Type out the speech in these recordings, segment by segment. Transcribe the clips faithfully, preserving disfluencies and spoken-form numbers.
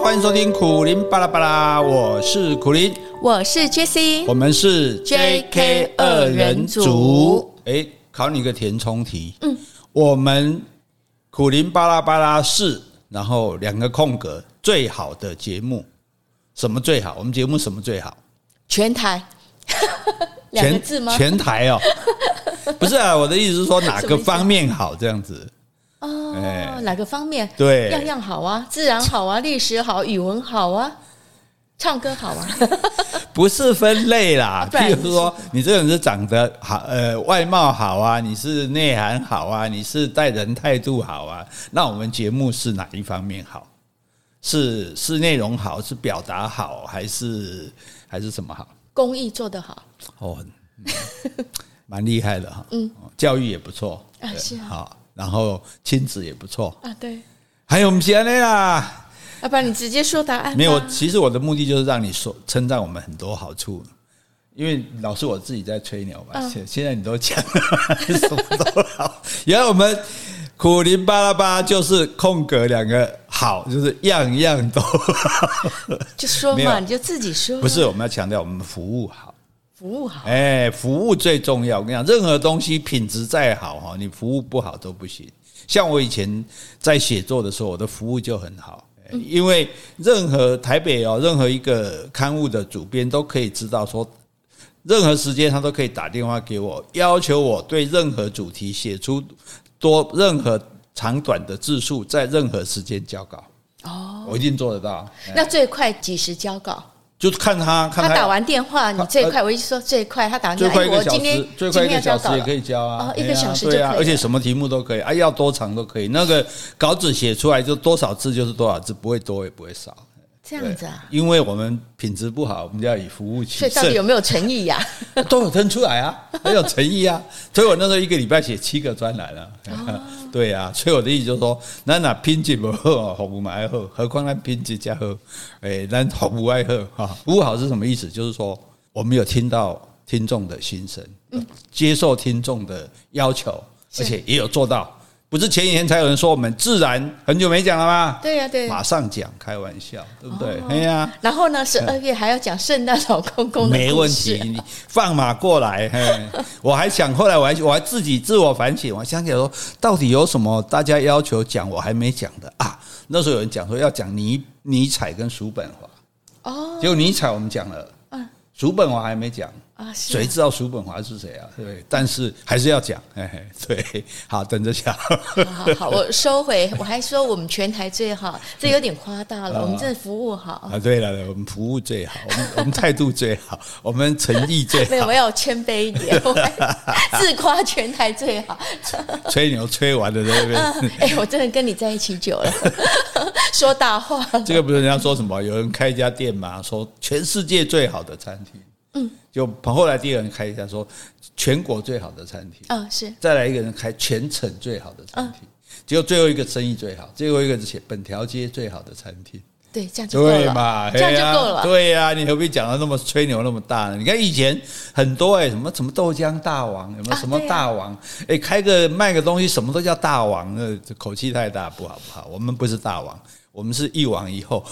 欢迎收听苦苓巴拉巴拉，我是苦苓， 我是 Jessie， 我们是 J K 二人组。 哎，考你一个填充题。嗯，我们苦苓巴拉巴拉是，然后两个空格，最好的节目，什么最好？我们节目什么最好？ 全台。两个字吗？ 全台哦，不是啊，我的意思是说哪个方面好这样子。 哦、欸，哪个方面？ 对， 样样好啊，自然好啊，历史好，语文好啊，唱歌好啊。 不是分类啦，譬如说你这个人是长得好，呃，外貌好啊，你是内涵好啊，你是待人态度好啊，那我们节目是哪一方面好？是是内容好，是表达好，还是还是什么好？ 公益做得好哦，蛮厉害的哈。嗯，教育也不错啊，是啊， 好，然后亲子也不错啊，对。 还有我们现在啦， 要不然你直接说答案吧。 没有，其实我的目的就是让你说称赞我们很多好处，因为老是我自己在吹牛吧。嗯、现在你都讲了，什么都好。原来我们苦苓巴拉巴就是空格两个好，就是样样都好。 就说嘛，你就自己说。 不是，我们要强调我们服务好， 服务好。 哎，服务最重要。我跟你讲，任何东西品质再好，你服务不好都不行。像我以前在写作的时候，我的服务就很好。因为任何台北哦，任何一个刊物的主编都可以知道说，任何时间他都可以打电话给我，要求我对任何主题写出多任何长短的字数，在任何时间交稿。哦，我一定做得到。 那最快几时交稿？ 就看他，看他, 他打完电话，你最快，我一说最快，他打完电话， 最快一个小时， 今天最快一个小时也可以交啊， 哦，一个小时就可以、 啊，而且什么题目都可以啊，要多长都可以。那个稿纸写出来就多少字就是多少字，不会多也不会少。 这样子啊？ 因为我们品质不好，我们就要以服务取胜。 所以到底有没有诚意呀、 啊？都有吞出来啊，很有诚意啊。所以我那时候一个礼拜写七个专栏了。哦、对啊，所以我的意思就是说，咱哪品质不好，服务嘛爱好，何况咱品质加好，哎，咱服务爱好哈。服务好是什么意思？就是说我们有听到听众的心声，嗯、接受听众的要求，而且也有做到。不是前几天才有人说我们自然很久没讲了吗？ 对呀、啊，对， 马上讲，开玩笑，对不对？哎呀、哦， 然后呢，十二月还要讲圣诞老公公的故事， 没问题，你放马过来。我还想，后来我还我还自己自我反省，我想起来说，到底有什么大家要求讲我还没讲的啊？那时候有人讲说要讲尼尼采跟叔本华，哦，结果尼采我们讲了，嗯，叔本华还没讲。啊，谁知道叔本华是谁啊？对，但是还是要讲，哎，对，好，等着讲。 好好好，我收回，我还说我们全台最好，这有点夸大了。我们真的服务好啊，对了，我们服务最好，我们我们态度最好，我们诚意最好。 没有，我要谦卑一点，我自夸全台最好。 吹牛吹完了，对不对？ 哎，我真的跟你在一起久了，说大话。 这个不是人家说什么？有人开一家店嘛，说全世界最好的餐厅。嗯，就后来第二个人开一家说全国最好的餐厅， 嗯、哦、是， 再来一个人开全城最好的餐厅，嗯、结果最后一个生意最好，最后一个是写本条街最好的餐厅， 对，这样就够了， 对嘛？ 这样就够了， 对呀、啊，你何必讲的那么吹牛那么大呢？你看以前很多哎、欸，什么什么豆浆大王，有没有什么大王？哎、啊欸，开个卖个东西什么都叫大王，那口气太大，不好不好，我们不是大王。我们是一王一后。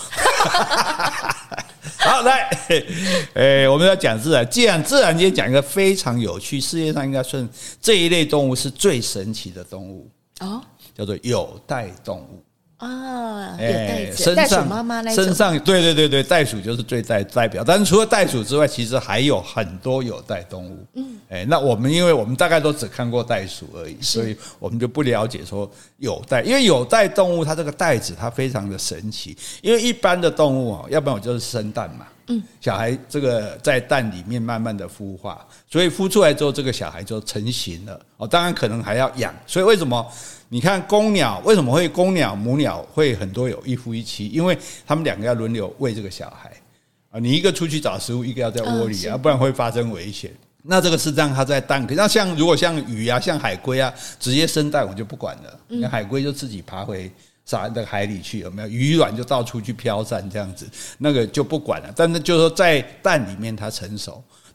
好，来，欸，我们要讲自然。既然自然，今天讲一个非常有趣，世界上应该算这一类动物是最神奇的动物哦，叫做有袋动物。 啊，有袋子， 身上袋鼠妈妈那种， 身上对对对对，袋鼠就是最代代表。但是除了袋鼠之外，其实还有很多有袋动物。嗯，哎，那我们因为我们大概都只看过袋鼠而已，所以我们就不了解说有袋。因为有袋动物它这个袋子它非常的神奇，因为一般的动物哦，要不然我就是生蛋嘛。嗯，小孩这个在蛋里面慢慢的孵化，所以孵出来之后，这个小孩就成型了。哦，当然可能还要养，所以为什么你看公鸟为什么会公鸟母鸟会很多有一夫一妻？因为他们两个要轮流喂这个小孩啊，你一个出去找食物，一个要在窝里啊，不然会发生危险。那这个是让它在蛋壳，那像如果像鱼啊、像海龟啊，直接生蛋我就不管了，你看海龟就自己爬回撒到海里去，有没有？鱼卵就到处去飘散这样子，那个就不管了。但是就是说在蛋里面它成熟，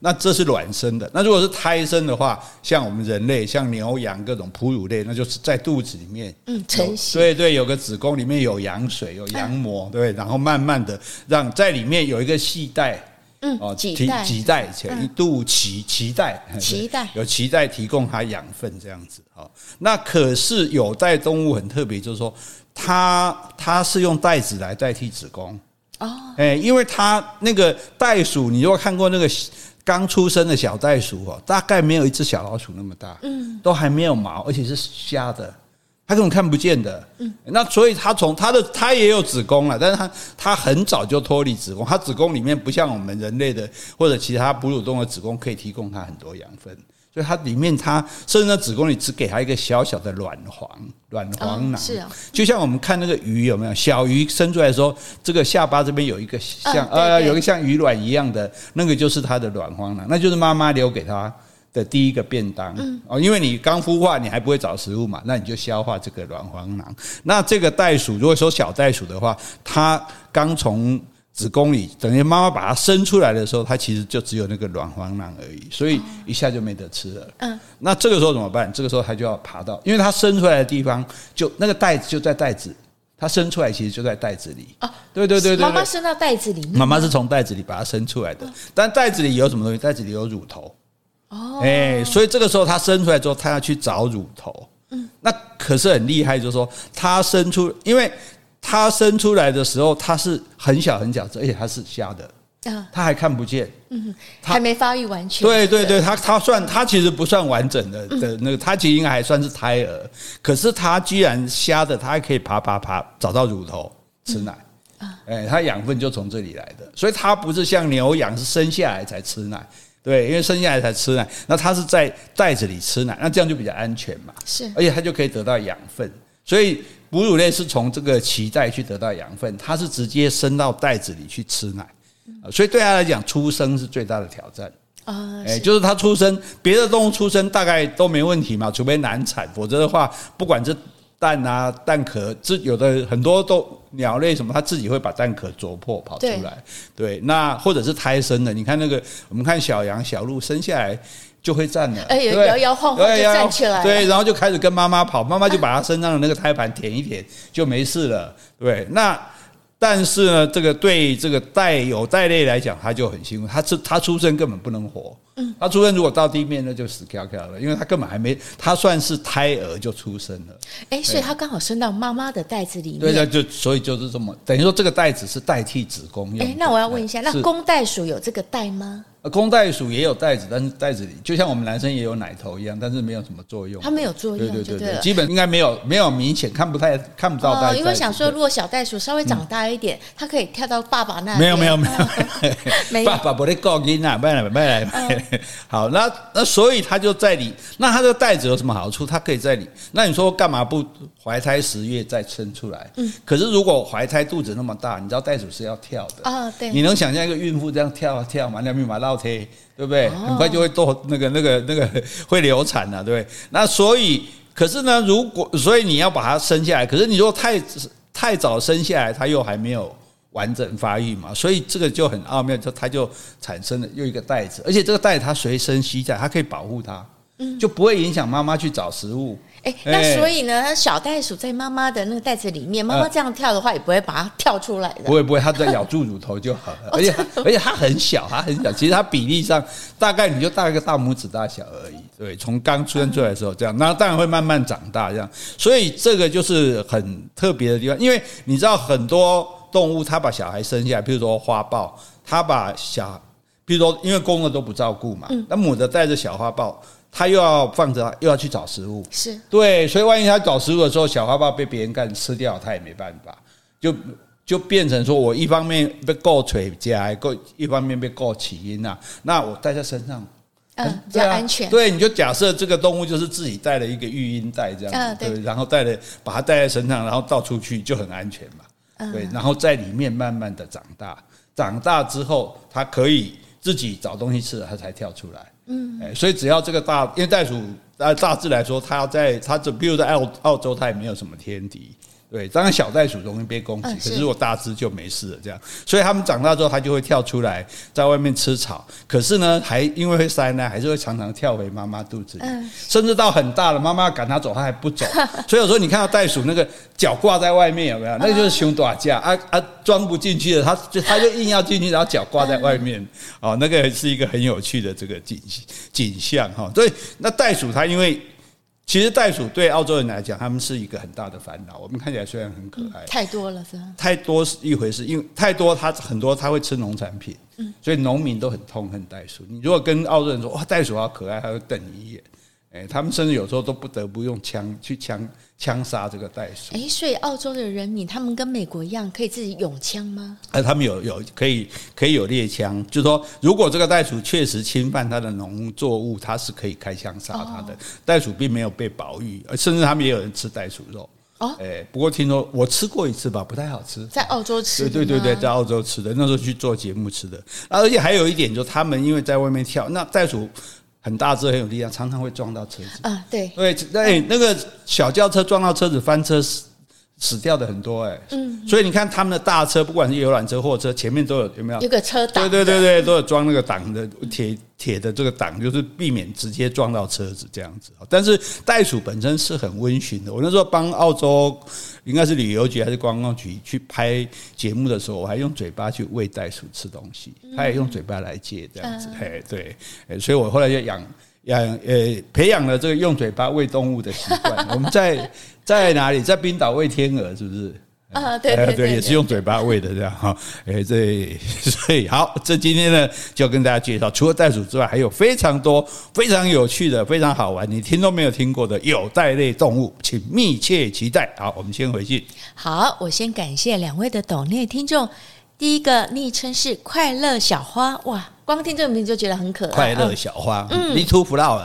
那这是卵生的。那如果是胎生的话，像我们人类，像牛羊各种哺乳类，那就是在肚子里面， 嗯，成型， 对对，有个子宫里面有羊水，有羊膜，嗯、对，然后慢慢的让在里面有一个系带。 嗯，哦，脐带， 脐带，一肚脐脐带， 脐带有脐带提供它养分这样子。好，那可是有袋动物很特别，就是说它它是用袋子来代替子宫哦，哎，因为它那个袋鼠，你如果看过那个刚出生的小袋鼠哦，大概没有一只小老鼠那么大，嗯，都还没有毛，而且是瞎的。他根本看不见的，嗯，那所以他从他的他也有子宫了，但是他他很早就脱离子宫，他子宫里面不像我们人类的或者其他哺乳动物的子宫可以提供它很多养分，所以它里面它甚至在子宫里只给它一个小小的卵黄卵黄囊，哦是啊，就像我们看那个鱼有没有小鱼生出来的时候，这个下巴这边有一个像、哦、呃有一个像鱼卵一样的那个就是它的卵黄囊，那就是妈妈留给它的第一个便当，嗯哦，因为你刚孵化，你还不会找食物嘛，那你就消化这个卵黄囊。那这个袋鼠，如果说小袋鼠的话，它刚从子宫里，等于妈妈把它生出来的时候，它其实就只有那个卵黄囊而已，所以一下就没得吃了。嗯，那这个时候怎么办？这个时候它就要爬到，因为它生出来的地方就那个袋子就在袋子。它生出来其实就在袋子里哦，对对对对， 妈妈生到袋子里面， 妈妈是从袋子里把它生出来的，但袋子里有什么东西？袋子里有乳头。哦，哎，所以这个时候它生出来之后，它要去找乳头。嗯，那可是很厉害，就是说它生出，因为它生出来的时候，它是很小很小，而且它是瞎的，啊，它还看不见，嗯， 还没发育完全。 对对对，它它算它其实不算完整的的那个，它其实应该还算是胎儿，可是它居然瞎的，它还可以爬爬爬找到乳头吃奶。啊，哎，它养分就从这里来的，所以它不是像牛羊是生下来才吃奶。对，因为生下来才吃奶，那它是在袋子里吃奶，那这样就比较安全嘛。是，而且它就可以得到养分。所以哺乳类是从这个脐带去得到养分，它是直接伸到袋子里去吃奶。所以对它来讲，出生是最大的挑战。啊，哎，就是它出生，别的动物出生大概都没问题嘛，除非难产，否则的话，不管是蛋啊、蛋壳，这有的很多都鸟类什么，它自己会把蛋壳啄破跑出来。对，对，那或者是胎生的，你看那个，我们看小羊、小鹿生下来就会站了， 哎，摇摇晃晃就站起来了， 对，然后就开始跟妈妈跑，妈妈就把它身上的那个胎盘舔一舔，就没事了。对，那但是呢，这个对这个带有袋类来讲，它就很辛苦，它它出生根本不能活。嗯，它出生如果到地面，那就死翘翘了，因为它根本还没，它算是胎儿就出生了。 哎，所以它刚好生到妈妈的袋子里面。 对的，就所以就是这么，等于说这个袋子是代替子宫用的。 哎，那我要问一下，那公袋鼠有这个袋吗？ 公袋鼠也有袋子，但是袋子里就像我们男生也有奶头一样，但是没有什么作用。 它没有作用，对对对对，基本应该没有没有明显看不太看不到袋子。 哦，因为想说，如果小袋鼠稍微长大一点，嗯、它可以跳到爸爸那里。 没有没有没有，爸爸不会告你啊，卖来卖来卖。好，那那所以它就在里，那它这个袋子有什么好处？它可以在里。那你说干嘛不怀胎十月再生出来？嗯。可是如果怀胎肚子那么大，你知道袋鼠是要跳的啊、哦，对。你能想象一个孕妇这样跳啊跳嘛，两米马绕贴，对不对？哦、很快就会多那个那个那个会流产了、啊，对不对？那所以，可是呢，如果所以你要把它生下来，可是你如果太太早生下来，它又还没有完整发育嘛，所以这个就很奥妙，就它就产生了又一个袋子，而且这个袋子它随身携带，它可以保护它，嗯，就不会影响妈妈去找食物。 哎、欸，那所以呢，小袋鼠在妈妈的那个袋子里面，妈妈这样跳的话，也不会把它跳出来的。 不会不会，它只要咬住乳头就好了。而且而且它很小，它很小，其实它比例上大概你就大概一个大拇指大小而已。对，从刚出生出来的时候这样，那当然会慢慢长大这样。所以这个就是很特别的地方，因为你知道很多动物它把小孩生下来，譬如说花豹，它把小，譬如说因为公的都不照顾嘛，那母的带着小花豹。他又要放着，又要去找食物， 是对，所以万一他找食物的时候，小花豹被别人干吃掉，他也没办法，就就变成说我一方面被够垂夹，够一方面被够起因啊，那我带在身上， 嗯，比较安全。 对，你就假设这个动物就是自己带了一个育婴袋这样子，嗯、对, 对，然后带了把它带在身上，然后到处去就很安全嘛，嗯、对，然后在里面慢慢的长大，长大之后它可以自己找东西吃了，它才跳出来。嗯，所以只要这个大，因为袋鼠大致来说，它要在它这，比如在澳澳洲，它也没有什么天敌， 对，当然小袋鼠容易被攻击， 嗯、 可是如果大只就没事了。这样，所以他们长大之后，它就会跳出来在外面吃草。可是呢，还因为会塞奶，还是会常常跳回妈妈肚子里，嗯、甚至到很大了，妈妈赶它走，它还不走。所以有时候你看到袋鼠那个脚挂在外面，有没有？那个就是熊打架啊啊，装不进去了，它就它就硬要进去，然后脚挂在外面。哦，那个是一个很有趣的这个景景象哈。所以那袋鼠它因为。其实袋鼠对澳洲人来讲，他们是一个很大的烦恼。我们看起来虽然很可爱， 嗯、太多了是吧？ 太多是一回事，因为太多，它很多它会吃农产品，嗯、所以农民都很痛恨袋鼠。你如果跟澳洲人说哇袋鼠好可爱，他会瞪你一眼。哎，他们甚至有时候都不得不用枪去枪枪杀这个袋鼠。 哎，所以澳洲的人民他们跟美国一样可以自己拥枪吗？ 哎，他们有有可以可以有猎枪，就是说如果这个袋鼠确实侵犯他的农作物，他是可以开枪杀他的。哦、袋鼠并没有被保育，甚至他们也有人吃袋鼠肉。哦，哎，不过听说我吃过一次吧，不太好吃。 在澳洲吃的？ 对对对对，在澳洲吃的，那时候去做节目吃的。而且还有一点，就是他们因为在外面跳，那袋鼠。很大只很有力量，常常会撞到车子啊！对对，哎，那个小轿车撞到车子翻车死死掉的很多哎、欸，嗯，所以你看他们的大车，不管是游览车、货车，前面都有有没有？ 有个车挡， 对对对对，都有装那个挡的铁铁的这个挡，就是避免直接撞到车子这样子。但是袋鼠本身是很温驯的，我那时候帮澳洲应该是旅游局还是观光局去拍节目的时候，我还用嘴巴去喂袋鼠吃东西，它也用嘴巴来借这样子，嘿，对，所以我后来就养。养呃培养了这个用嘴巴喂动物的习惯。我们在在哪里？在冰岛喂天鹅，是不是？ 啊，对对 对, 对，也是用嘴巴喂的这样哈。哎，这所以好，这今天呢就跟大家介绍，除了袋鼠之外，还有非常多非常有趣的、非常好玩，你听都没有听过的有袋类动物，请密切期待。好，我们先回去。 好，我先感谢两位的抖内听众。第一个昵称是快乐小花，哇，光听这个名字就觉得很可爱。 快乐小花、嗯、Little Flower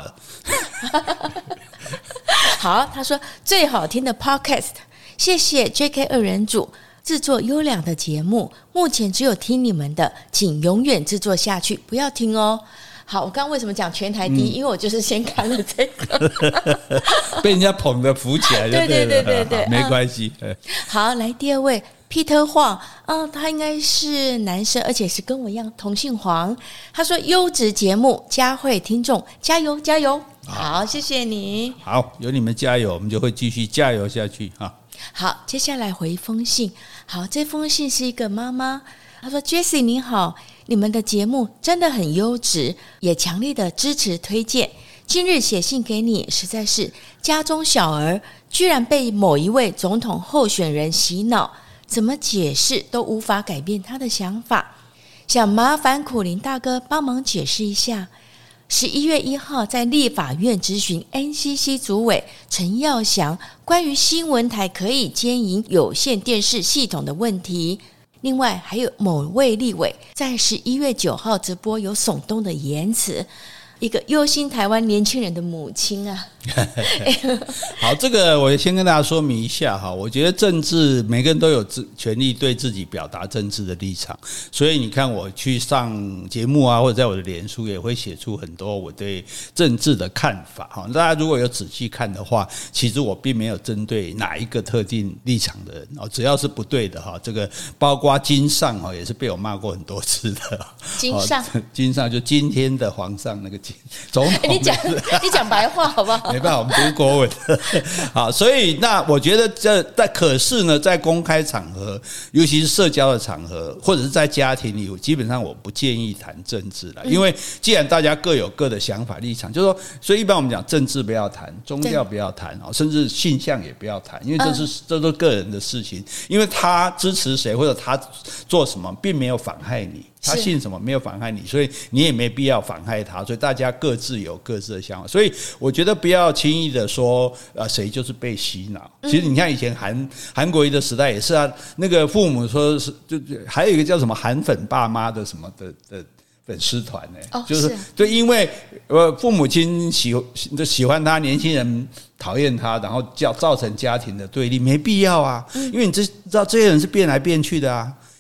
好，他说最好听的 Podcast， 谢谢 J K 二人组制作优良的节目，目前只有听你们的，请永远制作下去，不要停哦。好，我刚刚为什么讲全台第一、嗯、因为我就是先看了这个被人家捧得浮起来就对了， 对对对对对， 没关系、 嗯、好，来第二位Peter Huang，嗯，他应该是男生，而且是跟我一样同姓黄。他说优质节目，佳慧听众加油加油。好，谢谢你。 好，有你们加油，我们就会继续加油下去哈。 好，接下来回一封信。好，这封信是一个妈妈，她说 Jessie 你好，你们的节目真的很优质，也强力的支持推荐。今日写信给你，实在是家中小儿居然被某一位总统候选人洗脑，怎么解释都无法改变他的想法，想麻烦苦苓大哥帮忙解释一下。十一月一号在立法院质询 N C C 主委陈耀祥关于新闻台可以兼营有线电视系统的问题。另外还有某位立委在十一月九号直播有耸动的言辞，一个忧心台湾年轻人的母亲啊。 好，这个我先跟大家说明一下哈。我觉得政治每个人都有自权利对自己表达政治的立场，所以你看我去上节目啊，或者在我的脸书也会写出很多我对政治的看法哈。大家如果有仔细看的话，其实我并没有针对哪一个特定立场的人哦，只要是不对的哈，这个包括金上哈也是被我骂过很多次的。 金上， 金上就今天的皇上那个金总统、欸， 你讲你讲白话好不好？ 没办法，我们读国文。好，所以那我觉得这但可是呢，在公开场合，尤其是社交的场合，或者是在家庭里，基本上我不建议谈政治了，因为既然大家各有各的想法立场，就是说，所以一般我们讲政治不要谈，宗教不要谈，甚至性向也不要谈，因为这是这都个人的事情，因为他支持谁或者他做什么，并没有妨害你。他信什么没有妨害你，所以你也没必要妨害他，所以大家各自有各自的想法，所以我觉得不要轻易的说呃谁就是被洗脑。其实你看以前韩韩国瑜的时代也是啊，那个父母说是就还有一个叫什么韩粉爸妈的什么的的粉丝团呢、欸， oh, 就是对，因为呃父母亲喜喜欢他，年轻人讨厌他，然后造造成家庭的对立，没必要啊，因为你知道这些人是变来变去的啊。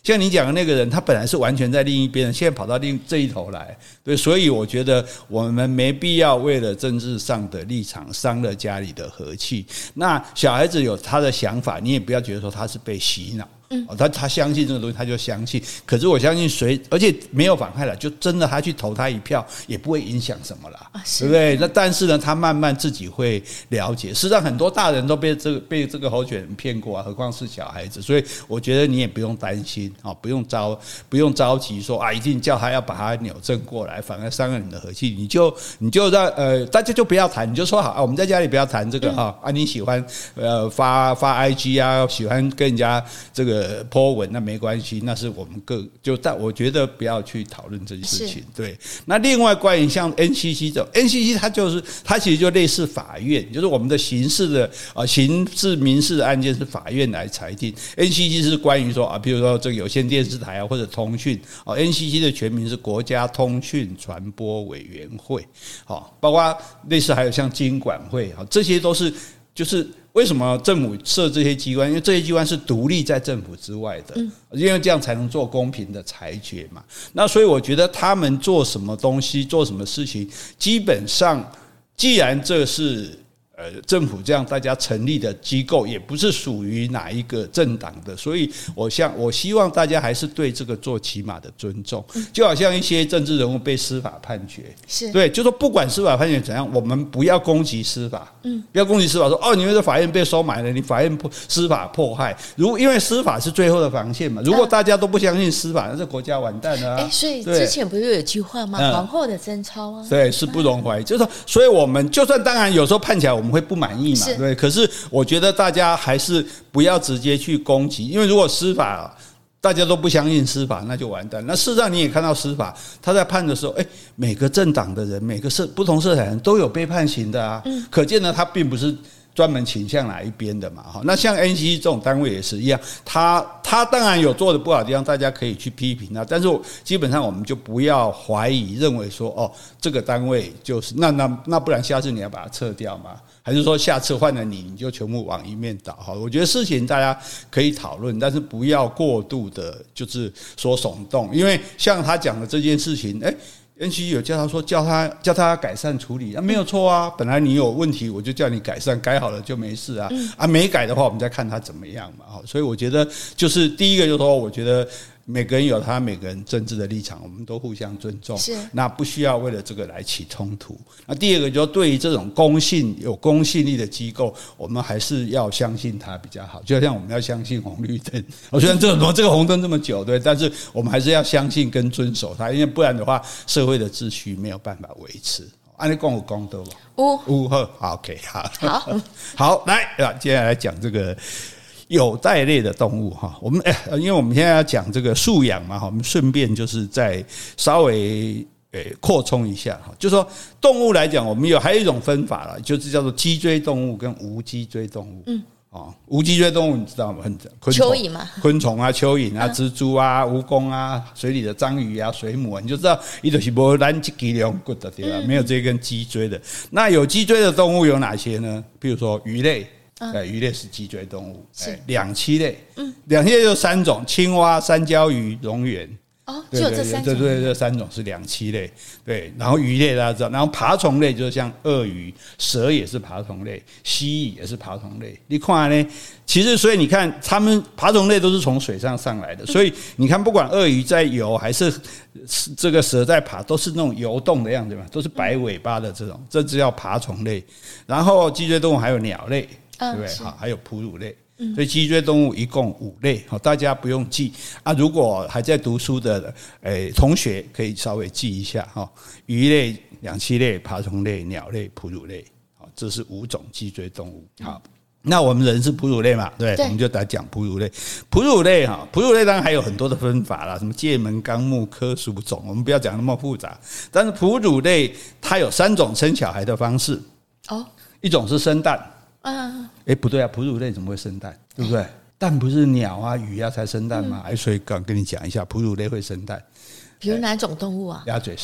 像你讲的那个人，他本来是完全在另一边的，现在跑到另这一头来，对，所以我觉得我们没必要为了政治上的立场伤了家里的和气。那小孩子有他的想法，你也不要觉得说他是被洗脑。嗯，他他相信这个东西，他就相信。可是我相信谁，而且没有反派了，就真的他去投他一票，也不会影响什么啦，啊、对不对？那但是呢，他慢慢自己会了解。事实上，很多大人都被这个被这个候选人骗过啊，何况是小孩子。所以我觉得你也不用担心啊，不用着不用着急说啊，一定叫他要把他扭正过来，反而伤了你的和气。你就你就让呃大家就不要谈，你就说好啊，我们在家里不要谈这个哈、嗯、啊，你喜欢呃发发 I G 啊，喜欢跟人家这个。呃 po 文那没关系，那是我们各就但我觉得不要去讨论这件事情。对，那另外关于像 N C C 这种 N C C 它就是它其实就类似法院，就是我们的刑事的啊刑事民事的案件是法院来裁定。N C C 是关于说啊，比如说这个有线电视台啊或者通讯啊 ，N C C 的全名是国家通讯传播委员会，好，包括类似还有像金管会，好，这些都是就是。为什么政府设这些机关？因为这些机关是独立在政府之外的，因为这样才能做公平的裁决嘛。那所以我觉得他们做什么东西、做什么事情，基本上既然这是呃政府这样大家成立的机构，也不是属于哪一个政党的，所以我想我希望大家还是对这个做起码的尊重。就好像一些政治人物被司法判决，是对，就说不管司法判决怎样，我们不要攻击司法，嗯，不要攻击司法，说哦，你们的法院被收买了，你法院司法迫害，如因为司法是最后的防线嘛。如果大家都不相信司法，那这国家完蛋了、啊。 哎，所以之前不是有句话吗？皇后的贞操啊， 对，是不容怀疑。就是说，所以我们就算当然有时候判起来我们会不满意嘛，对。可是我觉得大家还是不要直接去攻击，因为如果司法大家都不相信司法，那就完蛋。那事实上你也看到司法他在判的时候，哎，每个政党的人，每个社不同色彩人都有被判刑的啊，嗯、可见呢，他并不是专门倾向哪一边的嘛。那像 N C C 这种单位也是一样，他他当然有做的不好的地方，大家可以去批评他，但是基本上我们就不要怀疑，认为说哦，这个单位就是那那那不然下次你要把它撤掉嘛？还是说下次换了你，你就全部往一面倒？哈，我觉得事情大家可以讨论，但是不要过度的，就是说耸动，因为像他讲的这件事情，哎。N C C 有叫他说叫他叫他改善处理，那、啊、没有错啊。本来你有问题，我就叫你改善，改好了就没事啊。嗯、啊，没改的话，我们再看他怎么样嘛。所以我觉得就是第一个就是说，我觉得每个人有他每个人政治的立场，我们都互相尊重。是，那不需要为了这个来起冲突。那第二个就是对于这种公信有公信力的机构，我们还是要相信它比较好。就像我们要相信红绿灯，我虽然这种这个红灯这么久，对，但是我们还是要相信跟遵守它，因为不然的话，社会的秩序没有办法维持。按你讲有讲到吗？有有好 ，OK， 好，好，好，来，接下来讲这个。有袋类的动物哈，我们因为我们现在要讲这个素养嘛，我们顺便就是再稍微诶扩充一下哈，就是说动物来讲，我们有还有一种分法了，就是叫做脊椎动物跟无脊椎动物。嗯，哦，无脊椎动物你知道吗？很蚯蚓嘛， 昆虫啊、蚯蚓啊、蜘蛛啊、蜈蚣啊、水里的章鱼啊、水母啊，你就知道它就是没有咱这脊梁骨的对吧？没有这根脊椎的。那有脊椎的动物有哪些呢？比如说鱼类。呃，鱼类是脊椎动物，两栖类，嗯，两栖类就三种：青蛙、山椒鱼、蝾螈。 哦，只有这三种。 对对对，这三种是两栖类。对，然后鱼类大家知道，然后爬虫类就是像鳄鱼、蛇也是爬虫类，蜥蜴也是爬虫类。你看呢？其实，所以你看，它们爬虫类都是从水上上来的，所以你看，不管鳄鱼在游还是这个蛇在爬，都是那种游动的样子嘛，都是摆尾巴的这种，这只叫爬虫类。然后脊椎动物还有鸟类。对不对？好，还有哺乳类，所以脊椎动物一共五类，好，大家不用记啊。如果还在读书的诶同学，可以稍微记一下哈：鱼类、两栖类、爬虫类、鸟类、哺乳类，好，这是五种脊椎动物。好，那我们人是哺乳类嘛？对，我们就来讲哺乳类。哺乳类哈，哺乳类当然还有很多的分法啦，什么界门纲目科属种，我们不要讲那么复杂。但是哺乳类它有三种生小孩的方式哦，一种是生蛋。啊，哎，不对啊，哺乳类怎么会生蛋？对不对？蛋不是鸟啊、鱼啊才生蛋吗？哎、嗯，所以刚跟你讲一下，哺乳类会生蛋。 比如哪种动物啊？ 鸭嘴兽，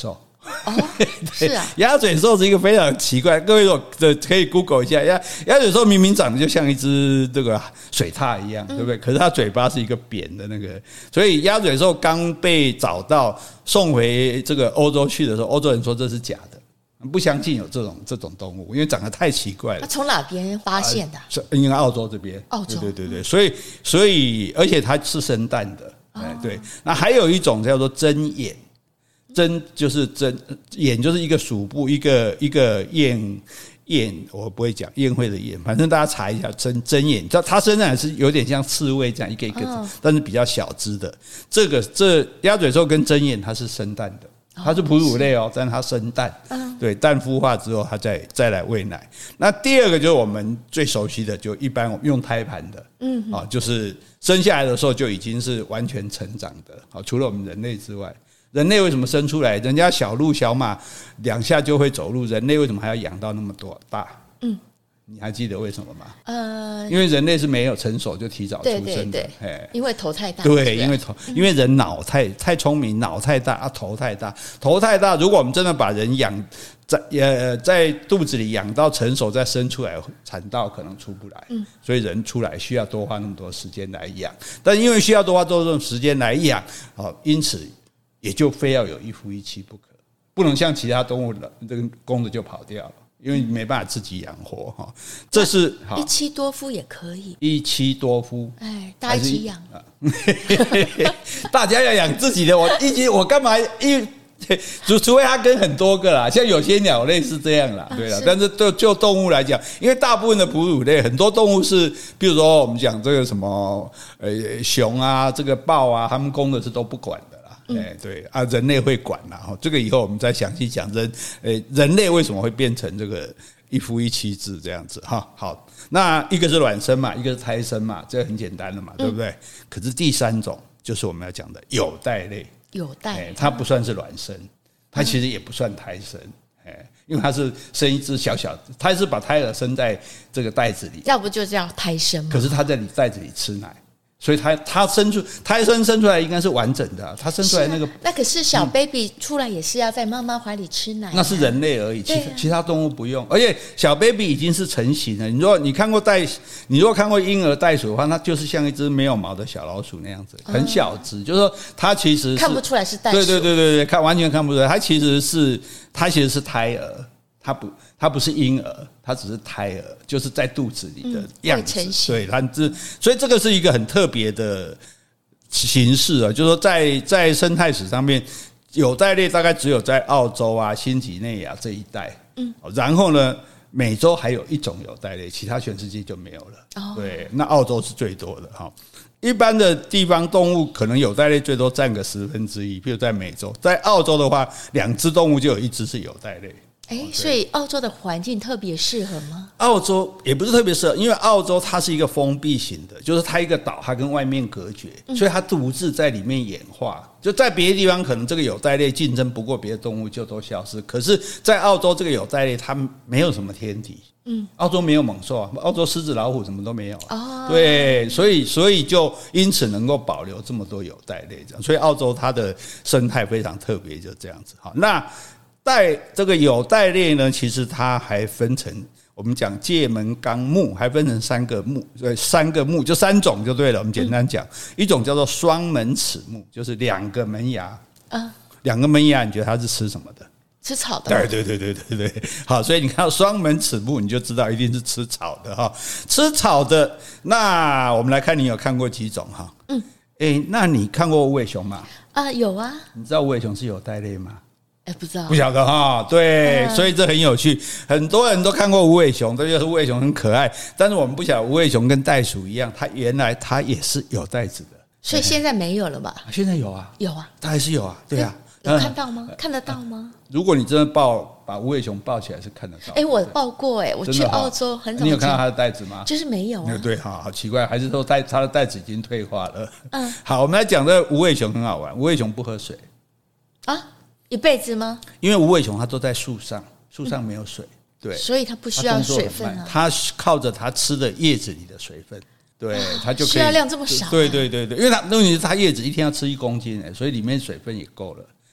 哦，是啊， 鸭嘴兽是一个非常奇怪，各位可以 Google 一下，鸭鸭嘴兽明明长得就像一只这个水獭一样，对不对？可是它嘴巴是一个扁的那个，所以鸭嘴兽刚被找到送回这个欧洲去的时候，欧洲人说这是假的。不相信有这种这种动物，因为长得太奇怪了。 他从哪边发现的？ 是应该澳洲这边。 澳洲， 对对对对，所以所以而且它是生蛋的，哎对。那还有一种叫做针眼，针就是针眼就是一个属部，一个一个燕燕，我不会讲宴会的宴，反正大家查一下针针眼，它身上是有点像刺猬这样一个一个，哦、但是比较小只的。这个这鸭嘴兽跟针眼它是生蛋的。它是哺乳类哦，但是它生蛋，对，蛋孵化之后它再再来喂奶。那第二个就是我们最熟悉的，就一般我们用胎盘的，嗯，啊，就是生下来的时候就已经是完全成长的，啊，除了我们人类之外，人类为什么生出来？人家小鹿小马两下就会走路，人类为什么还要养到那么多大？嗯。你还记得为什么吗？呃，因为人类是没有成熟就提早出生的，对对对，因为头太大。 对，因为头，因为人脑太太聪明，脑太大啊，头太大，头太大。如果我们真的把人养在呃在肚子里养到成熟再生出来，产道可能出不来，嗯，所以人出来需要多花那么多时间来养。但因为需要多花多种时间来养，哦，因此也就非要有一夫一妻不可，不能像其他动物的这个公的就跑掉了。因为没办法自己养活哈，这是一妻多夫也可以， 一妻多夫， 哎，大家一起养， 大家要养自己的，我一妻我干嘛一？除除非它跟很多个啦，像有些鸟类是这样啦，对啦，但是就就动物来讲，因为大部分的哺乳类，很多动物是，比如说我们讲这个什么呃熊啊，这个豹啊，它们公的是都不管的。哎，对啊，人类会管啦，哈，这个以后我们再详细讲人，呃，人类为什么会变成这个一夫一妻制这样子哈？好，那一个是卵生嘛，一个是胎生嘛，这个很简单的嘛，对不对？嗯、可是第三种就是我们要讲的有袋类， 有袋、欸， 它不算是卵生，它其实也不算胎生，哎，因为它是生一只小小，它是把胎儿生在这个袋子里， 要不就叫胎生嘛。 可是它在你袋子里吃奶。所以它它生出胎生生出来应该是完整的、啊，它生出来那个、 啊、那可是小 baby 出来也是要在妈妈怀里吃奶、啊， 那是人类而已，其、啊、其他动物不用。而且小 baby 已经是成型了。你如果你看过袋，你如果看过婴儿袋鼠的话，那就是像一只没有毛的小老鼠那样子，很小只，哦、就是说它其实是看不出来是袋鼠， 对对对对对，看完全看不出来，它其实是它其实是胎儿。它不，它不是婴儿，它只是胎儿，就是在肚子里的样子。嗯、对，它这，所以这个是一个很特别的形式啊，就是说在在生态史上面，有袋类大概只有在澳洲啊、新几内亚这一带。嗯，然后呢，美洲还有一种有袋类，其他全世界就没有了。哦，对，那澳洲是最多的哈。一般的地方动物可能有袋类最多占个十分之一，比如在美洲，在澳洲的话，两只动物就有一只是有袋类。 哎，所以澳洲的环境特别适合吗？ 澳洲也不是特别适合，因为澳洲它是一个封闭型的，就是它一个岛，它跟外面隔绝，所以它独自在里面演化。就在别的地方，可能这个有袋类竞争不过别的动物，就都消失。可是，在澳洲这个有袋类，它没有什么天敌。嗯，澳洲没有猛兽啊，澳洲狮子、老虎什么都没有啊。哦，对，所以所以就因此能够保留这么多有袋类，这样，所以澳洲它的生态非常特别，就这样子。好，那。袋这个有袋类呢，其实它还分成我们讲界门纲目，还分成三个目，对，三个目就三种就对了。我们简单讲，嗯、一种叫做双门齿目，就是两个门牙，啊，两个门牙，你觉得它是吃什么的？ 吃草的。 对对对对对对，好，所以你看到双门齿目，你就知道一定是吃草的哈。吃草的，那我们来看，你有看过几种哈？嗯，哎，那你看过无尾熊吗？ 啊，有啊。 你知道无尾熊是有袋类吗？ 哎，不知道， 不晓得哈，对，嗯、所以这很有趣。很多人都看过无尾熊，这就是无尾熊很可爱。但是我们不晓得无尾熊跟袋鼠一样，它原来它也是有袋子的。 所以现在没有了吧？ 现在有啊， 有啊， 它还是有啊，对啊。 有看到吗？嗯、看得到吗？ 如果你真的抱把无尾熊抱起来，是看得到。 哎，我抱过哎，我去澳洲很早。 你有看到它的袋子吗？ 就是没有、啊。 对，好好奇怪，还是说它它的袋子已经退化了？嗯，好，我们来讲这个无尾熊很好玩。无尾熊不喝水啊。一辈子吗？ 因为无尾熊它都在树上，树上没有水，对， 所以它不需要水分啊。 它靠着它吃的叶子里的水分，对，它就可以需要量这么少、啊。 对对对对，因为它问题是它叶子一天要吃一公斤，所以里面水分也够了。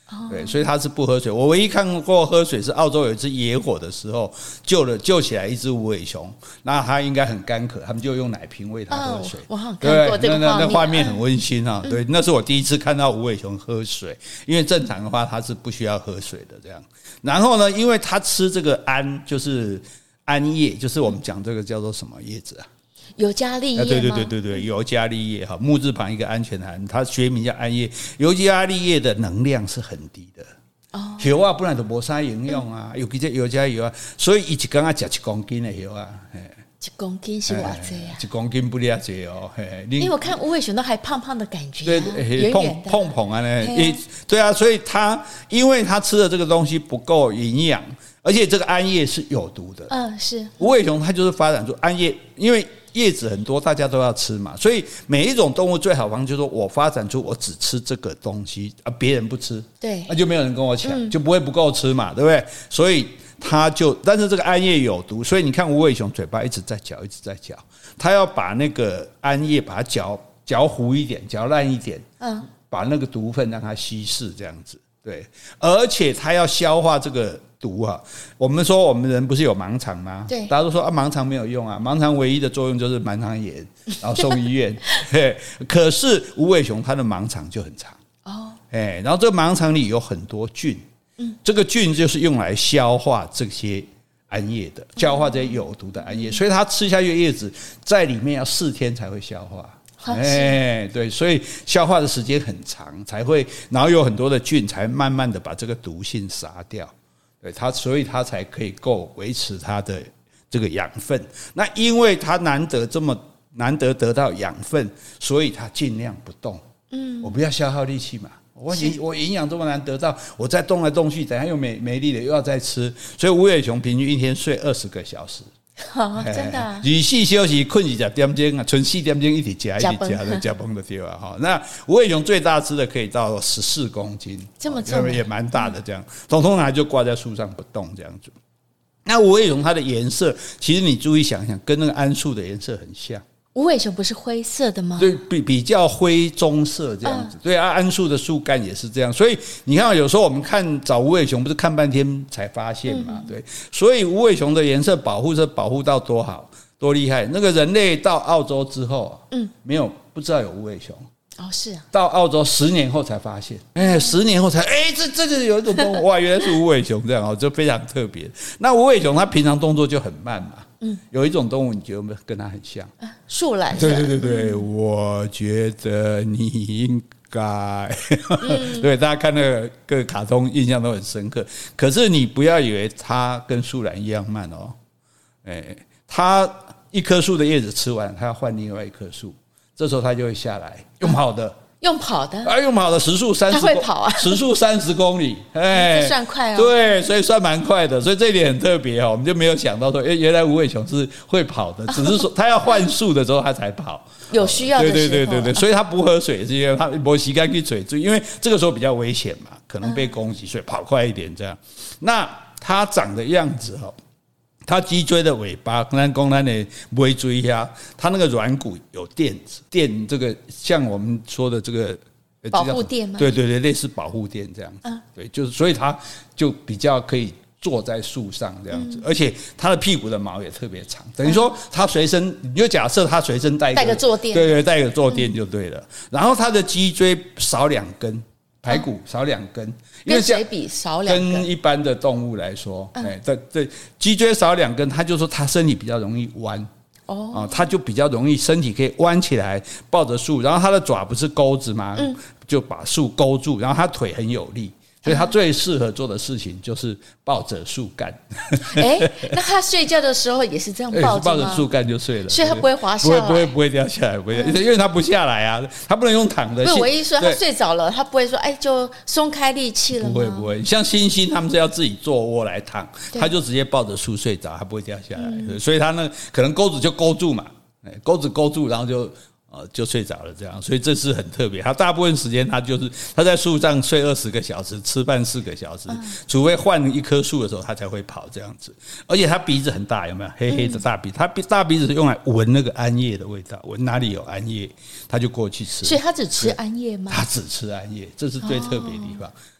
对，所以它是不喝水。我唯一看过喝水是澳洲有一次野火的时候救了救起来一只无尾熊，那它应该很干渴，他们就用奶瓶喂它喝水。 哦、我好像看过这个画面， 那那画面很温馨啊。嗯、对，那是我第一次看到无尾熊喝水，因为正常的话它是不需要喝水的这样。然后呢，因为它吃这个桉，就是桉叶，就是我们讲这个叫做什么叶子啊？ 尤加利叶吗？ 对对对对对，尤加利叶哈，木字旁一个安全寒，它学名叫桉叶。尤加利叶的能量是很低的，哦，油啊，不然就没啥营养啊，尤其这尤加油啊，所以一一缸啊吃一公斤的油啊， 一公斤是多少啊？ 一公斤不了解哦， 因为我看无尾熊都还胖胖的感觉、啊， 对，碰碰碰啊，呢，对啊，所以它因为它吃的这个东西不够营养，而且这个桉叶是有毒的， 嗯，是无尾熊它就是发展出桉叶，因为叶子很多，大家都要吃嘛，所以每一种动物最好方就是说我发展出我只吃这个东西，啊，别人不吃， 对， 那就没有人跟我抢， 嗯、 就不会不够吃嘛，对不对？所以它就，但是这个桉叶有毒，所以你看无尾熊嘴巴一直在嚼，一直在嚼，它要把那个桉叶把它嚼嚼糊一点，嚼烂一点，嗯，把那个毒分让它稀释，这样子，对，而且它要消化这个毒啊。我们说我们人不是有盲肠吗？ 对， 大家都说啊，盲肠没有用啊，盲肠唯一的作用就是盲肠炎，然后送医院。可是无尾熊它的盲肠就很长哦，哎，然后这个盲肠里有很多菌。嗯、这个菌就是用来消化这些桉叶的，消化这些有毒的桉叶，所以它吃下去的叶子在里面要四天才会消化。哎，对，所以消化的时间很长，才会，然后有很多的菌才慢慢的把这个毒性杀掉。对它，所以它才可以够维持它的这个养分。那因为它难得这么难得得到养分，所以它尽量不动。嗯，我不要消耗力气嘛。我营我营养这么难得到，我再动来动去，等下又没没力了，又要再吃，所以无尾熊平均一天睡二十个小时， 哦，真的、啊。 日四休息，困是十点钟啊，剩四点钟一直加一直加的加崩的对啊哈。那无尾熊最大只的可以到十四公斤， 这么重， 也蛮大的这样，通通常就挂在树上不动这样子。那无尾熊它的颜色，其实你注意想想，跟那个桉树的颜色很像。 无尾熊不是灰色的吗？ 对，比比较灰棕色这样子。嗯、对啊，桉树的树干也是这样。所以你看，有时候我们看找无尾熊，不是看半天才发现嘛？嗯、对，所以无尾熊的颜色保护是保护到多好，多厉害。那个人类到澳洲之后，嗯，没有不知道有无尾熊。 哦，是啊， 到澳洲十年后才发现，哎，十年后才，哎，这这个有一种动物，哇，原来是无尾熊这样哦，就非常特别。那无尾熊它平常动作就很慢嘛，嗯，有一种动物你觉得有没有跟它很像？ 啊、树懒。 对对对对，嗯、我觉得你应该，嗯、对，大家看那个各个卡通印象都很深刻。可是你不要以为它跟树懒一样慢哦，哎，它一棵树的叶子吃完，它要换另外一棵树。这时候它就会下来，用跑的， 用跑的， 啊，用跑的时速三十，它会跑啊， 时速三十公里，哎， 这算快哦， 对，所以算蛮快的，所以这一点很特别哦，我们就没有想到说，哎，原来无尾熊是会跑的，只是说它要换树的时候它才跑， 有需要的时候， 对对对对对，所以它不喝水是因为它没时间去水，因为这个时候比较危险嘛，可能被攻击，所以跑快一点这样。那它长的样子哦。它脊椎的尾巴，咱讲咱的尾椎下，它那个软骨有垫子，垫这个像我们说的这个保护垫吗？ 对对对，类似保护垫这样子。嗯、对，就是所以它就比较可以坐在树上这样子，嗯、而且它的屁股的毛也特别长，等于说它随身，你就假设它随身带一个带个坐垫， 对对，带个坐垫就对了。嗯、然后它的脊椎少两根。排骨少两根，因为跟谁比少两根？ 跟一般的动物来说，哎、嗯，对对，脊椎少两根，他就说他身体比较容易弯，哦，啊，他就比较容易身体可以弯起来抱着树，然后他的爪不是钩子吗？嗯，就把树勾住，然后他腿很有力。所以他最适合做的事情就是抱着树干。 哎，那他睡觉的时候也是这样抱着吗？ 抱着树干就睡了， 所以他不会滑下来， 不会不会不会掉下来，不会，因为他不下来啊，他不能用躺的。 不是，我一说他睡着了，他不会说哎就松开力气了吗？ 不会不会，像猩猩他们是要自己坐卧来躺，他就直接抱着树睡着，他不会掉下来，嗯、所以他呢可能钩子就勾住嘛，钩子勾住，然后就。呃，就睡着了，这样，所以这是很特别。他大部分时间他就是他在树上睡二十个小时，吃饭四个小时，嗯、除非换一棵树的时候，他才会跑这样子。而且他鼻子很大，有没有黑黑的大鼻？他大鼻子是用来闻那个桉叶的味道，闻哪里有桉叶，他就过去吃。 所以他只吃桉叶吗？ 他只吃桉叶，这是最特别的地方。哦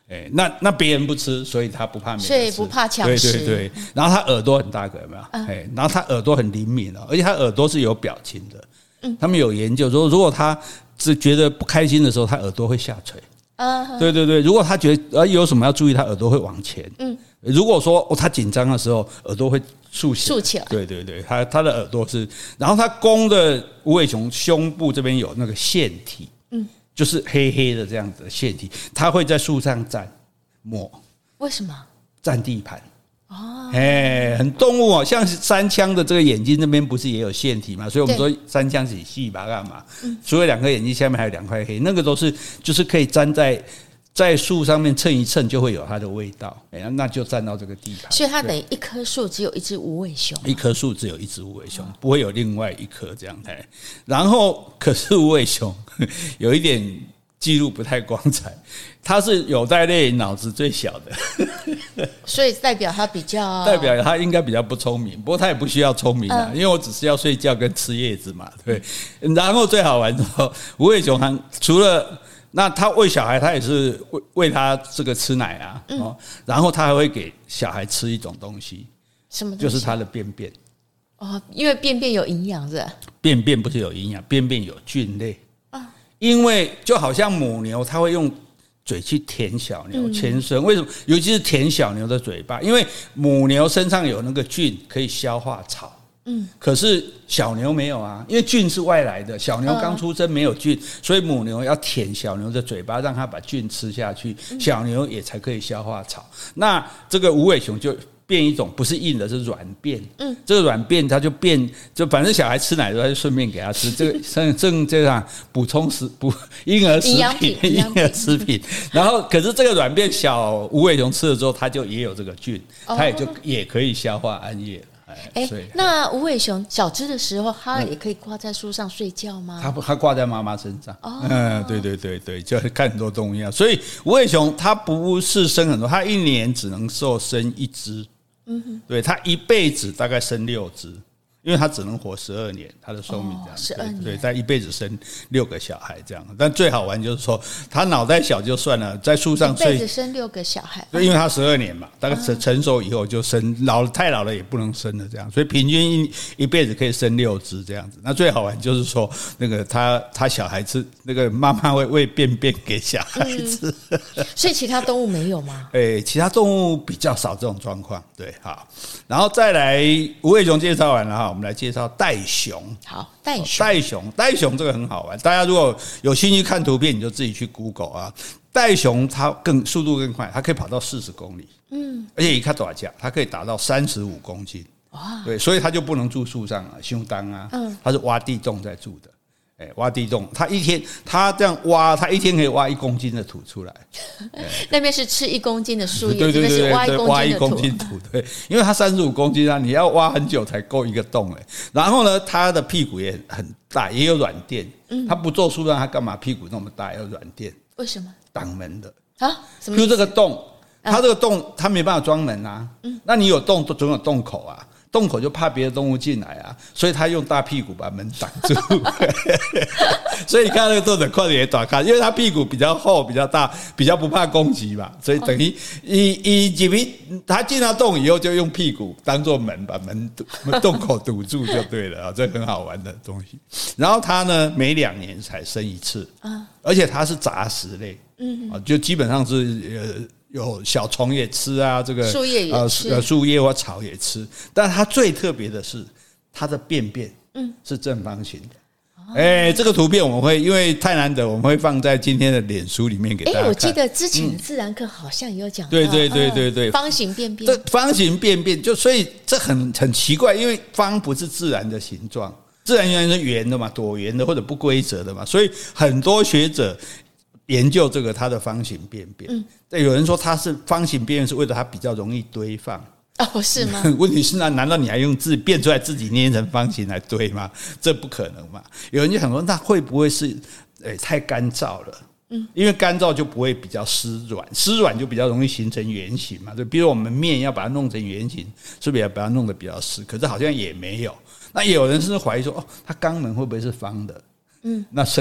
哎，那那别人不吃，所以他不怕没得吃， 所以不怕抢食。 对对对，然后他耳朵很大个，有没有？ 嗯、 哎，然后他耳朵很灵敏哦，而且他耳朵是有表情的。嗯，他们有研究说，如果他只觉得不开心的时候，他耳朵会下垂。Uh-huh. 对对对，如果他觉得呃有什么要注意，他耳朵会往前。嗯，如果说、哦、他紧张的时候，耳朵会竖起来。 竖起来。 对对对，他他的耳朵是，然后他公的无尾熊胸部这边有那个腺体，嗯，就是黑黑的这样子的腺体，他会在树上站摸。 为什么？ 占地盘。哦，哎，很动物哦，像山羌的这个眼睛那边不是也有腺体嘛？所以我们说山羌是细吧，干嘛？嗯，除了两颗眼睛下面还有两块黑，那个都是就是可以粘在在树上面蹭一蹭就会有它的味道，哎，那就占到这个地盘。 所以它等于一棵树只有一只无尾熊， 一棵树只有一只无尾熊，哦、不会有另外一棵这样。哎，然后可是无尾熊有一点记录不太光彩。他是有袋类脑子最小的， 所以代表他比较代表他应该比较不聪明，不过他也不需要聪明啊，嗯、因为我只是要睡觉跟吃叶子嘛，对。然后最好玩的时候，无尾熊它除了那他喂小孩，他也是喂喂他这个吃奶啊，嗯、哦，然后他还会给小孩吃一种东西， 什么东西？ 就是他的便便。 哦，因为便便有营养是吧？ 便便不是有营养，便便有菌类啊，因为就好像母牛，它会用嘴去舔小牛前身，为什么？尤其是舔小牛的嘴巴，因为母牛身上有那个菌可以消化草，嗯，可是小牛没有啊，因为菌是外来的，小牛刚出生没有菌，所以母牛要舔小牛的嘴巴，让它把菌吃下去，小牛也才可以消化草。那这个无尾熊就变一种不是硬的，是软便。嗯，这个软便它就变，就反正小孩吃奶的时候，就顺便给他吃。这个正正这样补充食补婴儿食品，婴儿食品。然后，可是这个软便小无尾熊吃了之后，它就也有这个菌，它也就也可以消化氨液了。 哎、欸，那无尾熊小只的时候，它也可以挂在树上睡觉吗？ 它它挂在妈妈身上。哦，嗯，对对对对，就看很多动物一样。所以无尾熊它不是生很多，它一年只能够生一只。嗯哼，对，它一辈子大概生六只，因为它只能活十二年，它的寿命这样，十二年，对，在一辈子生六个小孩这样。但最好玩就是说，它脑袋小就算了，在树上睡， 一辈子生六个小孩， 对，因为它十二年嘛，大概成成熟以后就生，老了太老了也不能生了这样，所以平均一一辈子可以生六只这样子。那最好玩就是说，那个他他小孩子那个妈妈会喂便便给小孩子，嗯、 所以其他动物没有吗？ 哎，其他动物比较少这种状况，对，好，然后再来无尾熊介绍完了哈。我们来介绍袋熊。 好，袋熊， 袋熊，袋熊这个很好玩。大家如果有兴趣看图片，你就自己去 Google 啊。袋熊它更速度更快，它可以跑到四十公里，嗯，而且一看多少价，它可以达到三十五公斤。哇，对，所以它就不能住树上啊，胸当啊，嗯，它是挖地洞在住的。哎，挖地洞，他一天他这样挖，他一天可以挖一公斤的土出来。 那边是吃一公斤的树叶， 对对对对， 挖一挖一公斤土，对，因为它三十五公斤啊，你要挖很久才够一个洞哎。然后呢，它的屁股也很大，也有软垫。嗯，它不做树上，它干嘛屁股那么大？要软垫？ 为什么？ 挡门的啊？什么？ 就这个洞，它这个洞它没办法装门啊。嗯，那你有洞总有洞口啊。洞口就怕别的动物进来啊，所以他用大屁股把门挡住。所以你看那个作者快点也打开，因为他屁股比较厚、比较大，比较不怕攻击嘛，所以等于以以几米他进到洞以后，就用屁股当做门，把门洞口堵住就对了啊，这很好玩的东西。然后他呢，每两年才生一次，而且它是杂食类，嗯，就基本上是呃。有小虫也吃啊，这个树叶也吃， 呃，树叶或草也吃。但它最特别的是，它的便便嗯是正方形的。哎、嗯欸，这个图片我们会因为太难得，我们会放在今天的脸书里面给大家看。哎、欸， 我记得之前的自然课好像也有讲到、嗯， 对对对对对， 方形便便， 这方形便便就所以这很很奇怪，因为方不是自然的形状，自然原来是圆的嘛，椭圆的或者不规则的嘛，所以很多学者。研究这个它的方形便便，嗯，有人说它是方形便便是为了它比较容易堆放。 哦，是吗？ 问题是那难道你还用自己变出来自己捏成方形来堆吗？这不可能嘛。有人就想说，那会不会是诶、欸、太干燥了？嗯，因为干燥就不会比较湿软，湿软就比较容易形成圆形嘛。对，比如我们面要把它弄成圆形，是不是要把它弄得比较湿？可是好像也没有。那也有人是怀疑说，哦，它肛门会不会是方的？嗯，那生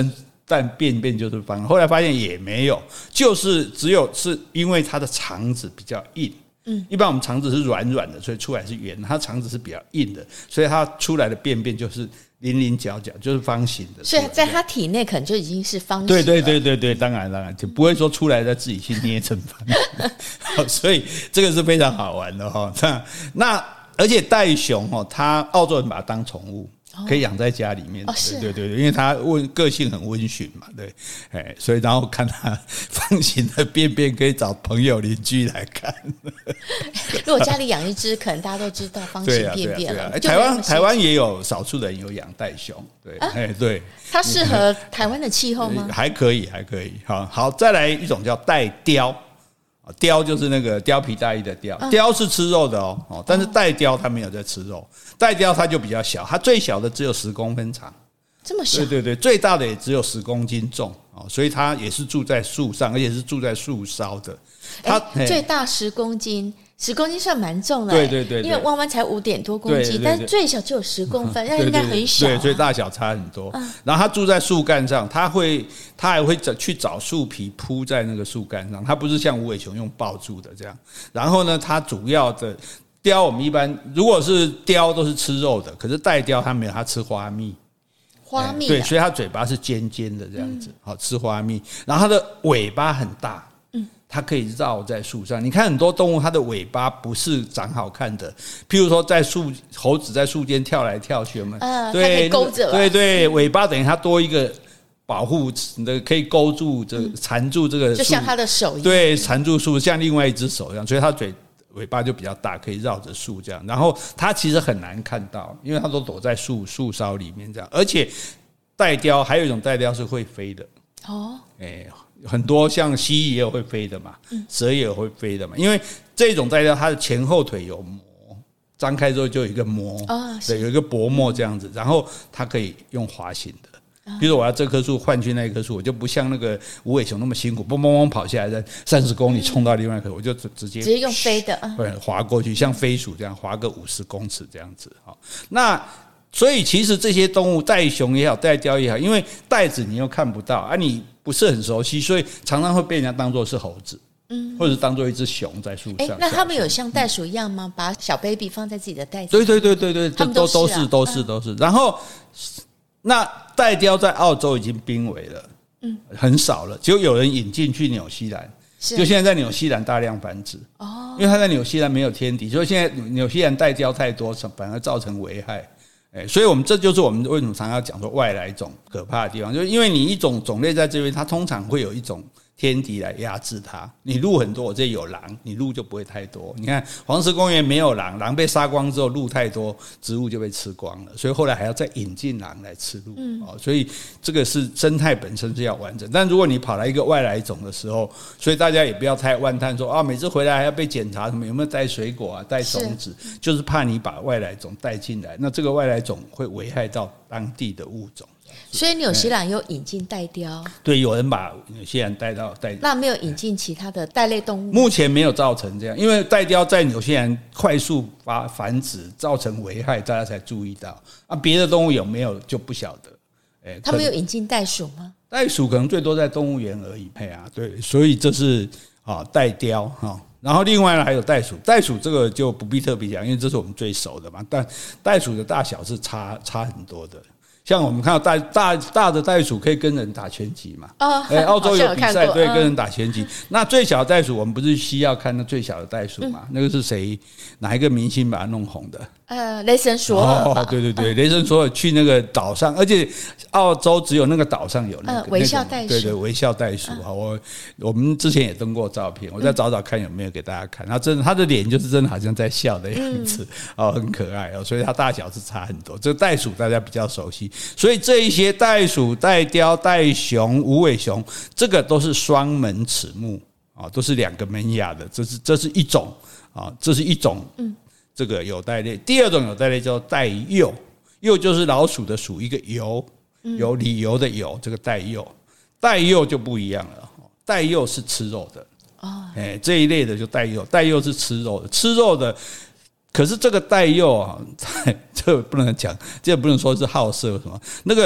但便便就是方。后来发现也没有，就是只有是因为它的肠子比较硬。嗯，一般我们肠子是软软的，所以出来是圆，它肠子是比较硬的，所以它出来的便便就是零零角角，就是方形的。 所以在它体内可能就已经是方形了。 对对对对对，当然当然就不会说出来再自己去捏成方。所以这个是非常好玩的哈。那那而且袋熊哦，它澳洲人把它当宠物。可以养在家里面， 哦是对对对，因为它温个性很温驯嘛，对，哎，所以然后看它方形的便便，可以找朋友邻居来看。 如果家里养一只，可能大家都知道方形便便了。 对啊对啊对啊、台湾台湾也有少数人有养袋熊，对，哎、啊、对， 它适合台湾的气候吗？ 还可以，还可以。好，好，再来一种叫袋貂。貂就是那个貂皮大衣的貂，貂是吃肉的哦，但是袋貂它没有在吃肉，袋貂它就比较小，它最小的只有十公分长， 这么小？ 对对对，最大的也只有十公斤重哦，所以它也是住在树上，而且是住在树梢的。 它最大十公斤。十公斤算蛮重的， 对对 对, 对， 因为弯弯才五点多公斤，对对对，但是最小就有十公分，那应该很小、啊， 对，所以大小差很多。嗯、然后它住在树干上，它会，它还会去找树皮铺在那个树干上，它不是像无尾熊用抱住的这样。然后呢，它主要的貂，我们一般如果是貂都是吃肉的，可是袋貂它没有，它吃花蜜。 花蜜、啊、 对，所以它嘴巴是尖尖的这样子，好、嗯、吃花蜜。然后它的尾巴很大。它可以绕在树上，你看很多动物，它的尾巴不是长好看的，譬如说在树猴子在树间跳来跳去，我们、 呃、对，它可以勾着、啊， 对对，尾巴等于它多一个保护的，可以勾住这个缠住这个树， 就像它的手一样， 对，缠住树，像另外一只手一样，所以它嘴尾巴就比较大，可以绕着树这样。然后它其实很难看到，因为它都躲在树树梢里面这样。而且袋貂还有一种袋貂是会飞的哦，哎。很多像蜥蜴也有会飞的嘛，蛇也有会飞的嘛，因为这种袋貂它的前后腿有膜，张开之后就有一个膜，哦、对，有一个薄膜这样子，然后它可以用滑行的。比如说我要这棵树换去那棵树，我就不像那个无尾熊那么辛苦，嘣嘣嘣跑下来，在三十公里冲到另外一棵，我就直接直接用飞的， 对，滑过去，像飞鼠这样滑个五十公尺这样子。好，那。所以其实这些动物，袋熊也好，袋貂也好，因为袋子你又看不到啊，你不是很熟悉，所以常常会被人家当作是猴子，嗯，或者当作一只熊在树上。 那他们有像袋鼠一样吗？把小 baby 放在自己的袋子？ 对对对对对，这都都是都是都是。然后，那袋貂在澳洲已经濒危了，嗯，很少了，只有有人引进去纽西兰。就现在在纽西兰大量繁殖哦，因为它在纽西兰没有天敌，所以现在纽西兰袋貂太多，反而造成危害。哎，所以我们这就是我们为什么常常讲说外来种可怕的地方，就是因为你一种种类在这边，它通常会有一种天敌来压制它。你鹿很多，我这里有狼，你鹿就不会太多。你看黄石公园没有狼，狼被杀光之后，鹿太多，植物就被吃光了，所以后来还要再引进狼来吃鹿。嗯，哦，所以这个是生态本身是要完整。但如果你跑来一个外来种的时候，所以大家也不要太万叹说啊，每次回来还要被检查什么有没有带水果啊、带种子，就是怕你把外来种带进来，那这个外来种会危害到当地的物种。 所以纽西兰有引进袋貂， 对，有人把纽西兰带到带， 那没有引进其他的袋类动物。 目前没有造成这样，因为袋貂在纽西兰快速发繁殖，造成危害，大家才注意到。啊，别的动物有没有就不晓得。 欸、他们有引进袋鼠吗？ 袋鼠可能最多在动物园而已。嘿啊，对，所以这是啊袋貂哈。然后另外呢还有袋鼠，袋鼠这个就不必特别讲，因为这是我们最熟的嘛。但袋鼠的大小是差差很多的。像我们看到大大大的袋鼠可以跟人打拳击嘛？哦，哎，澳洲有比赛，对，跟人打拳击。那最小的袋鼠，我们不是需要看那最小的袋鼠嘛？那个是谁？哪一个明星把它弄红的？ 呃，雷神索尔。 哦，对对对，雷神索尔去那个岛上，而且澳洲只有那个岛上有那个微笑袋鼠。 对对，微笑袋鼠。好，我我们之前也登过照片，我再找找看有没有给大家看。他真的，他的脸就是真的好像在笑的样子，哦，很可爱哦，所以它大小是差很多。这个袋鼠大家比较熟悉。所以这一些袋鼠、袋貂、袋熊、无尾熊，这个都是双门齿目啊，都是两个门牙的。这是这是一种啊，这是一种这个有袋类。第二种有袋类叫袋鼬，鼬就是老鼠的鼠，一个由有理由的由，这个袋鼬。袋鼬就不一样了，袋鼬是吃肉的哦，哎，这一类的就袋鼬，袋鼬是吃肉的，吃肉的。可是这个袋鼬啊，这个不能讲，这个不能说是好色什么。那个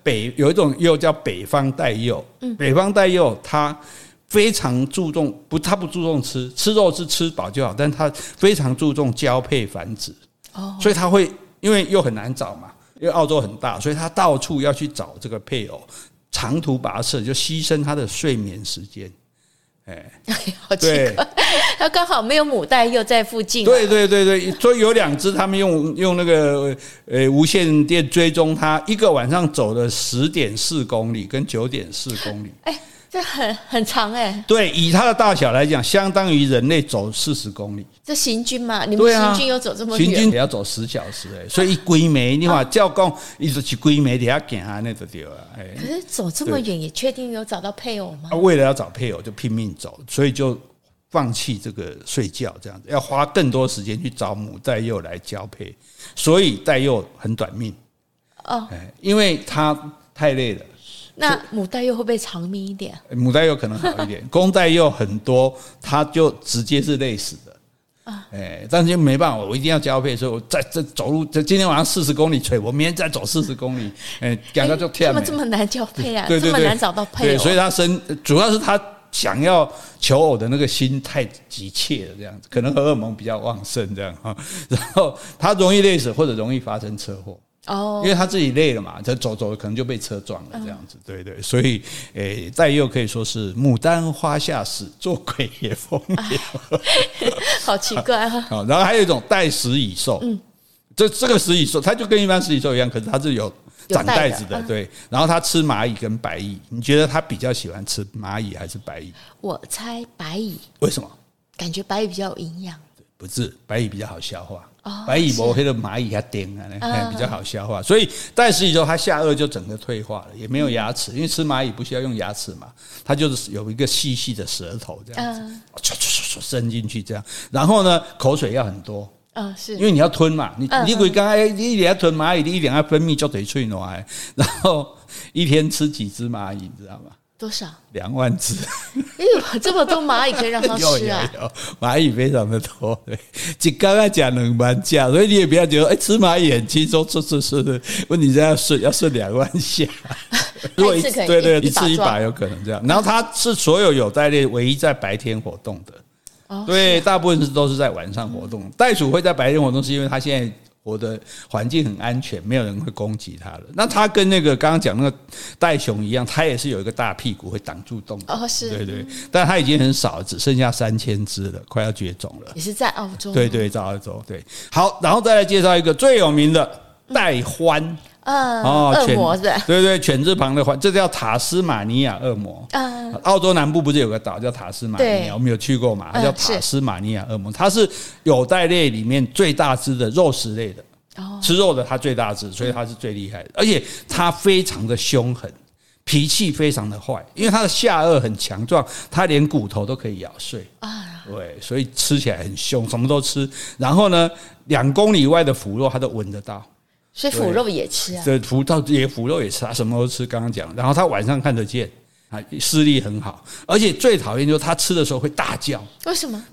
北有一种柚叫北方带柚，嗯、北方带柚它非常注重不，它不注重吃吃肉是吃饱就好，但它非常注重交配繁殖，哦，所以它会因为又很难找嘛，因为澳洲很大，所以它到处要去找这个配偶，长途跋涉就牺牲它的睡眠时间。哎， 好奇怪，他刚好没有母带柚在附近、啊。 对对对对，所以有两只，他们用用那个呃无线电追踪它，一个晚上走了十点四公里跟九点四公里。 哎，这很很长哎、欸。 对，以它的大小来讲，相当于人类走四十公里。 这行军嘛，你们行军有走这么远？ 行军也要走十小时哎、欸，所以一规暝，你看照讲，一直去规暝底下行啊，那就对了哎。 可是走这么远，也确定有找到配偶吗？ 啊，为了要找配偶，就拼命走，所以就放弃这个睡觉，这样子要花更多时间去找母带柚来交配，所以带柚很短命哦，因为它太累了。 那母带柚会不会长命一点？ 母带柚可能好一点，公带柚很多，它就直接是累死的。啊，哎，但是没办法，我一定要交配，所以我在这走路，这今天晚上四十公里吹，我明天再走四十公里，哎，两个就跳。 怎么这么难交配啊？ 对对对， 这么难找到配偶、啊。 对，所以他生主要是他想要求偶的那个心太急切了，这样子，可能荷尔蒙比较旺盛，这样哈，然后他容易累死或者容易发生车祸。哦，因为他自己累了嘛，他走走可能就被车撞了这样子，嗯、对对，所以诶，带柚可以说是牡丹花下死，做鬼也风流，啊、 好奇怪啊！ 好，然后还有一种带食蚁兽，嗯，这这个食蚁兽，它就跟一般食蚁兽一样，可是它是有长带子的，对。然后它吃蚂蚁跟白蚁，你觉得它比较喜欢吃蚂蚁还是白蚁？ 我猜白蚁。 为什么？ 感觉白蚁比较有营养。 不是，白蚁比较好消化。哦、白蚁没那个蚂蚁它叮啊，比较好消化，所以带食蚁兽它下颚就整个退化了，也没有牙齿，因为吃蚂蚁不需要用牙齿嘛，它就是有一个细细的舌头这样子，唰唰唰伸进去这样，然后呢口水要很多。 嗯，是因为你要吞嘛，你你鬼刚才你一点要吞蚂蚁，你一点要分泌就得脆暖，然后一天吃几只蚂蚁，你知道吗？ 多少？ 两万只！ 哎呦，这么多蚂蚁可以让它吃啊！ 有有有，蚂蚁非常的多，对，一刚刚讲两万架，所以你也不要觉得哎，吃蚂蚁很轻松，吃吃吃的，问题是要顺要顺两万下。 如果一次可以对对一次一把有可能这样，然后它是所有有袋类唯一在白天活动的。哦、对，大部分是都是在晚上活动。袋鼠会在白天活动，是因为它现在活的环境很安全，没有人会攻击它了。那它跟那个刚刚讲那个袋熊一样，它也是有一个大屁股会挡住洞的。 哦，是， 对对。但它已经很少，只剩下三千只了，快要绝种了。 也是在澳洲。 对对，在澳洲。对，好，然后再来介绍一个最有名的袋獾。 嗯，哦，恶魔是吧？ 对对，犬字旁的獾，这叫塔斯马尼亚恶魔。嗯，澳洲南部不是有个岛叫塔斯马尼亚，我们有去过嘛？它叫塔斯马尼亚恶魔，它是有袋类里面最大只的肉食类的。哦，吃肉的它最大只，所以它是最厉害的，而且它非常的凶狠，脾气非常的坏，因为它的下颚很强壮，它连骨头都可以咬碎啊。对，所以吃起来很凶，什么都吃。然后呢，两公里外的腐肉它都闻得到。 所以腐肉也吃啊？ 对，腐到也腐肉也吃，他什么都吃。刚刚讲，然后他晚上看得见，啊，视力很好，而且最讨厌就是他吃的时候会大叫。 为什么？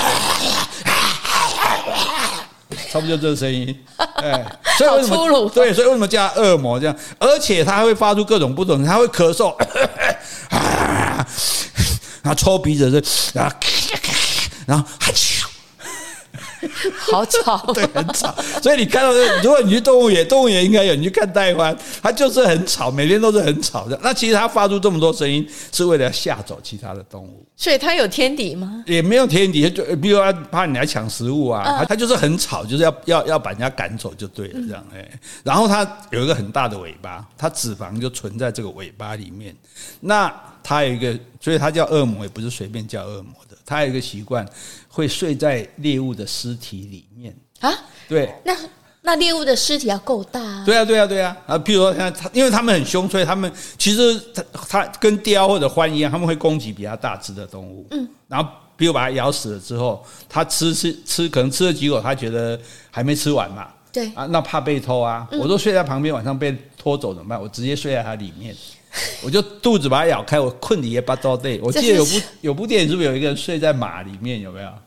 差不多就这个声音，哎，所以为什么好粗鲁？ 对，所以为什么叫恶魔这样？而且他还会发出各种不同，他会咳嗽，然后抽鼻子，然后然后哈啾。 好吵， 对，很吵。所以你看到，如果你去动物园，动物园应该有，你去看袋獾，它就是很吵，每天都是很吵的。那其实它发出这么多声音，是为了吓走其他的动物。 所以它有天敌吗？ 也没有天敌，就比如说怕你来抢食物啊，它、嗯、它就是很吵，就是要要要把人家赶走就对了，这样哎。然后它有一个很大的尾巴，它脂肪就存在这个尾巴里面。那它有一个，所以它叫恶魔，也不是随便叫恶魔的。它有一个习惯，会睡在猎物的尸体里面啊。对， 那那猎物的尸体要够大啊。 对啊，对啊，对啊。啊，譬如说它，因为它们很凶，所以它们其实它它跟雕或者獾一样，他们会攻击比较大只的动物。嗯，然后比如把它咬死了之后，它吃吃吃，可能吃了几口，它觉得还没吃完嘛。 对啊，那怕被偷啊，嗯、我都睡在旁边，晚上被拖走怎么办？我直接睡在它里面。我就肚子把它咬开，我困你也巴刀对。我记得有部有部电影是不是有一个人睡在马里面？有没有？哎、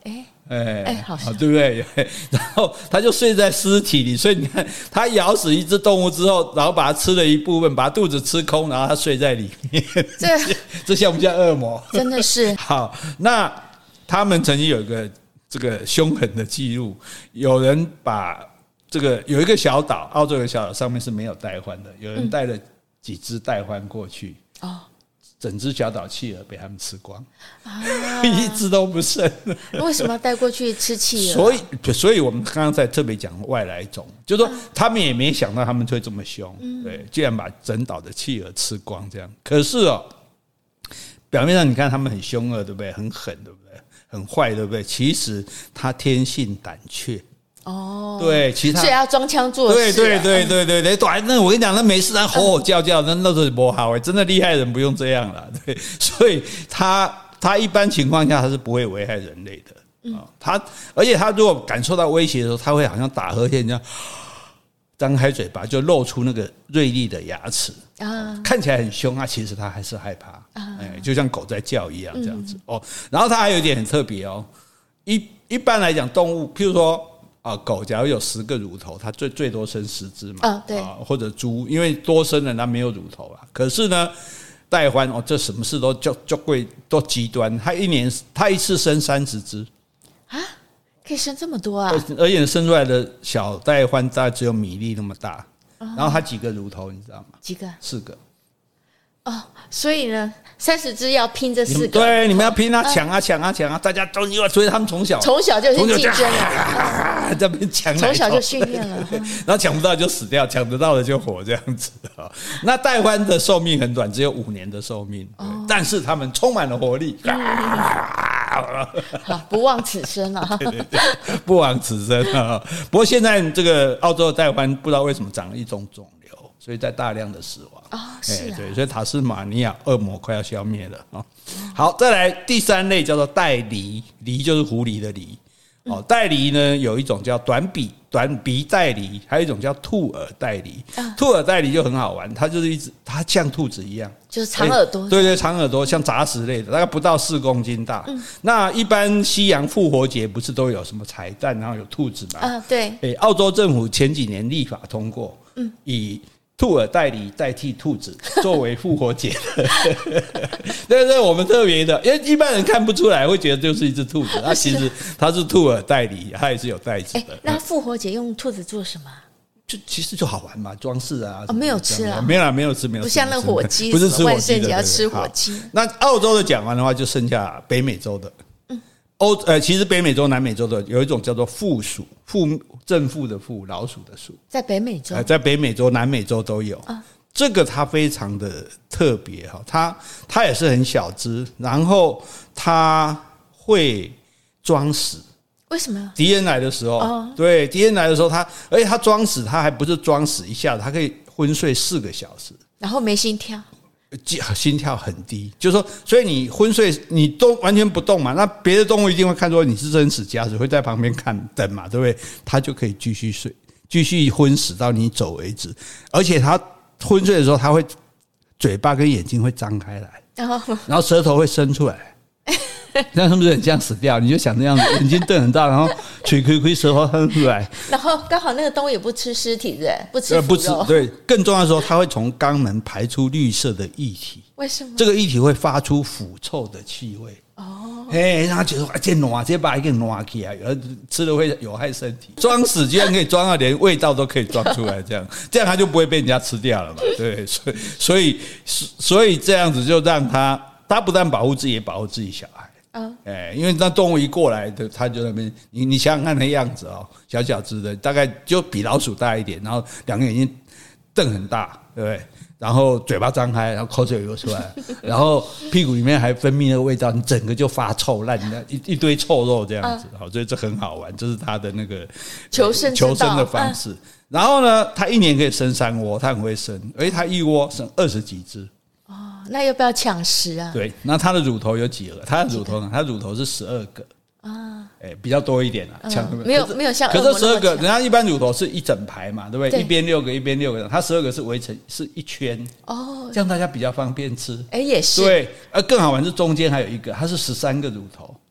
哎哎，好像对不对？然后他就睡在尸体里，所以你看，他咬死一只动物之后，然后把它吃了一部分，把它肚子吃空，然后他睡在里面， 这这像不像恶魔？ 真的是好，那他们曾经有一个这个凶狠的记录，有人把这个有一个小岛，澳洲有个小岛上面是没有袋獾的，有人带了几只袋獾过去，哦，整只小岛企鹅被他们吃光，啊、一只都不剩。 为什么要带过去吃企鹅？ 所以，所以我们刚刚在特别讲外来种，就是说他们也没想到他们会这么凶，嗯、对，居然把整岛的企鹅吃光这样。可是哦，表面上你看他们很凶恶，对不对？很狠，对不对？很坏，对不对？其实他天性胆怯。哦，对，其他所以要装腔作势、啊。 对对对对对对，对，那我跟你讲，那没事，他吼吼叫叫，那那是不好哎，真的厉害人不用这样啦。对，所以他他一般情况下他是不会危害人类的啊、嗯。他而且他如果感受到威胁的时候，他会好像打呵欠这样，张开嘴巴就露出那个锐利的牙齿啊，看起来很凶啊，其实他还是害怕啊，哎，就像狗在叫一样这样子、嗯、哦。然后他还有一点很特别哦，一一般来讲动物，譬如说。啊，狗假如有十个乳头，它最最多生十只嘛， 啊对， 啊或者猪，因为多生了它没有乳头啊。可是呢，袋獾哦，这什么事都就就贵都极端，它一年它一次生三十只啊，可以生这么多啊！ 而且生出来的小袋獾大概只有米粒那么大，哦、然后它几个乳头你知道吗？ 几个？ 四个。 哦，所以呢，三十只要拼这四个， 对，你们要拼啊，抢啊，抢啊，抢啊，大家都因为所以他们从小从小就已经竞争了， 在那边抢， 从小就训练了， 然后抢不到就死掉，抢得到的就活这样子啊。那袋獾的寿命很短，只有五年的寿命，但是他们充满了活力， 好，不忘此生啊！ 对对对，不枉此生啊。不过现在这个澳洲的袋獾不知道为什么长了一种肿瘤。所以在大量的死亡啊、哦，是啊、 欸，对，所以塔斯马尼亚恶魔快要消灭了啊。好，再来第三类叫做袋狸，狸就是狐狸的狸。哦，袋狸呢有一种叫短鼻短鼻袋狸，还有一种叫兔耳袋狸。啊、兔耳袋狸就很好玩，它就是一只，它像兔子一样， 就是长耳朵。 欸、对对，长耳朵像杂食类的，大概不到四公斤大。嗯、那一般西洋复活节不是都有什么彩蛋，然后有兔子嘛？ 啊，对。 欸、澳洲政府前几年立法通过，嗯，以兔耳袋狸代替兔子作为复活节的，这是我们特别的，因为一般人看不出来，会觉得就是一只兔子，它其实它是兔耳袋狸，它也是有袋子的。 欸、那复活节用兔子做什么？ 就其实就好玩嘛，装饰啊。 哦，没有吃啊， 没有啦，没有吃，没有吃， 不像那火鸡， 不是吃火鸡的， 万圣节要吃火鸡。 那澳洲的讲完的话，就剩下北美洲的。欧呃，其实北美洲、南美洲的有一种叫做负鼠，负正负的负，老鼠的鼠， 在北美洲， 呃，在北美洲、南美洲都有。啊、这个它非常的特别哈，它它也是很小只，然后它会装死。 为什么？ 敌人来的时候，哦、对，敌人来的时候，它而且它装死，它还不是装死一下子，它可以昏睡四个小时， 然后没心跳。 心跳很低，就是说，所以你昏睡，你都完全不动嘛，那别的动物一定会看说你是真实假死，会在旁边看等嘛，对不对？它就可以继续睡，继续昏死到你走为止。而且它昏睡的时候，它会嘴巴跟眼睛会张开来，然后舌头会伸出来。这样是不是很像死掉？你就想这样子，眼睛瞪很大，然后嘴亏亏，舌头伸出来。 然后刚好那个动物也不吃尸体，对不对？不吃腐肉。 对，更重要的时候，它会从肛门排出绿色的液体。 为什么？ 这个液体会发出腐臭的气味。哦，哎，让他觉得啊，这暖，直接把一个暖起来，而吃了会有害身体。装死居然可以装到连味道都可以装出来，这样这样它就不会被人家吃掉了嘛？对，所以所以所以这样子就让它，它不但保护自己，也保护自己小孩。哎，因为那动物一过来的，它就那边，你你想想看那样子哦，小小只的，大概就比老鼠大一点，然后两个眼睛瞪很大，对不对？然后嘴巴张开，然后口水流出来，然后屁股里面还分泌那个味道，你整个就发臭烂，一一堆臭肉这样子，好，所以这很好玩，这是它的那个求生求生的方式。然后呢，它一年可以生三窝，它很会生，而且它一窝生二十几只。 哦，那要不要抢食啊？ 对，那它的乳头有几个？它的乳头呢？它乳头是十二个啊，哎，比较多一点啊，抢、 嗯、没有没有像可是十二个，人家一般乳头是一整排嘛，对不对？ 对， 一边六个，一边六个，它十二个是围成是一圈哦，这样大家比较方便吃。 哎，也是对，而更好玩是中间还有一个，它是十三个乳头。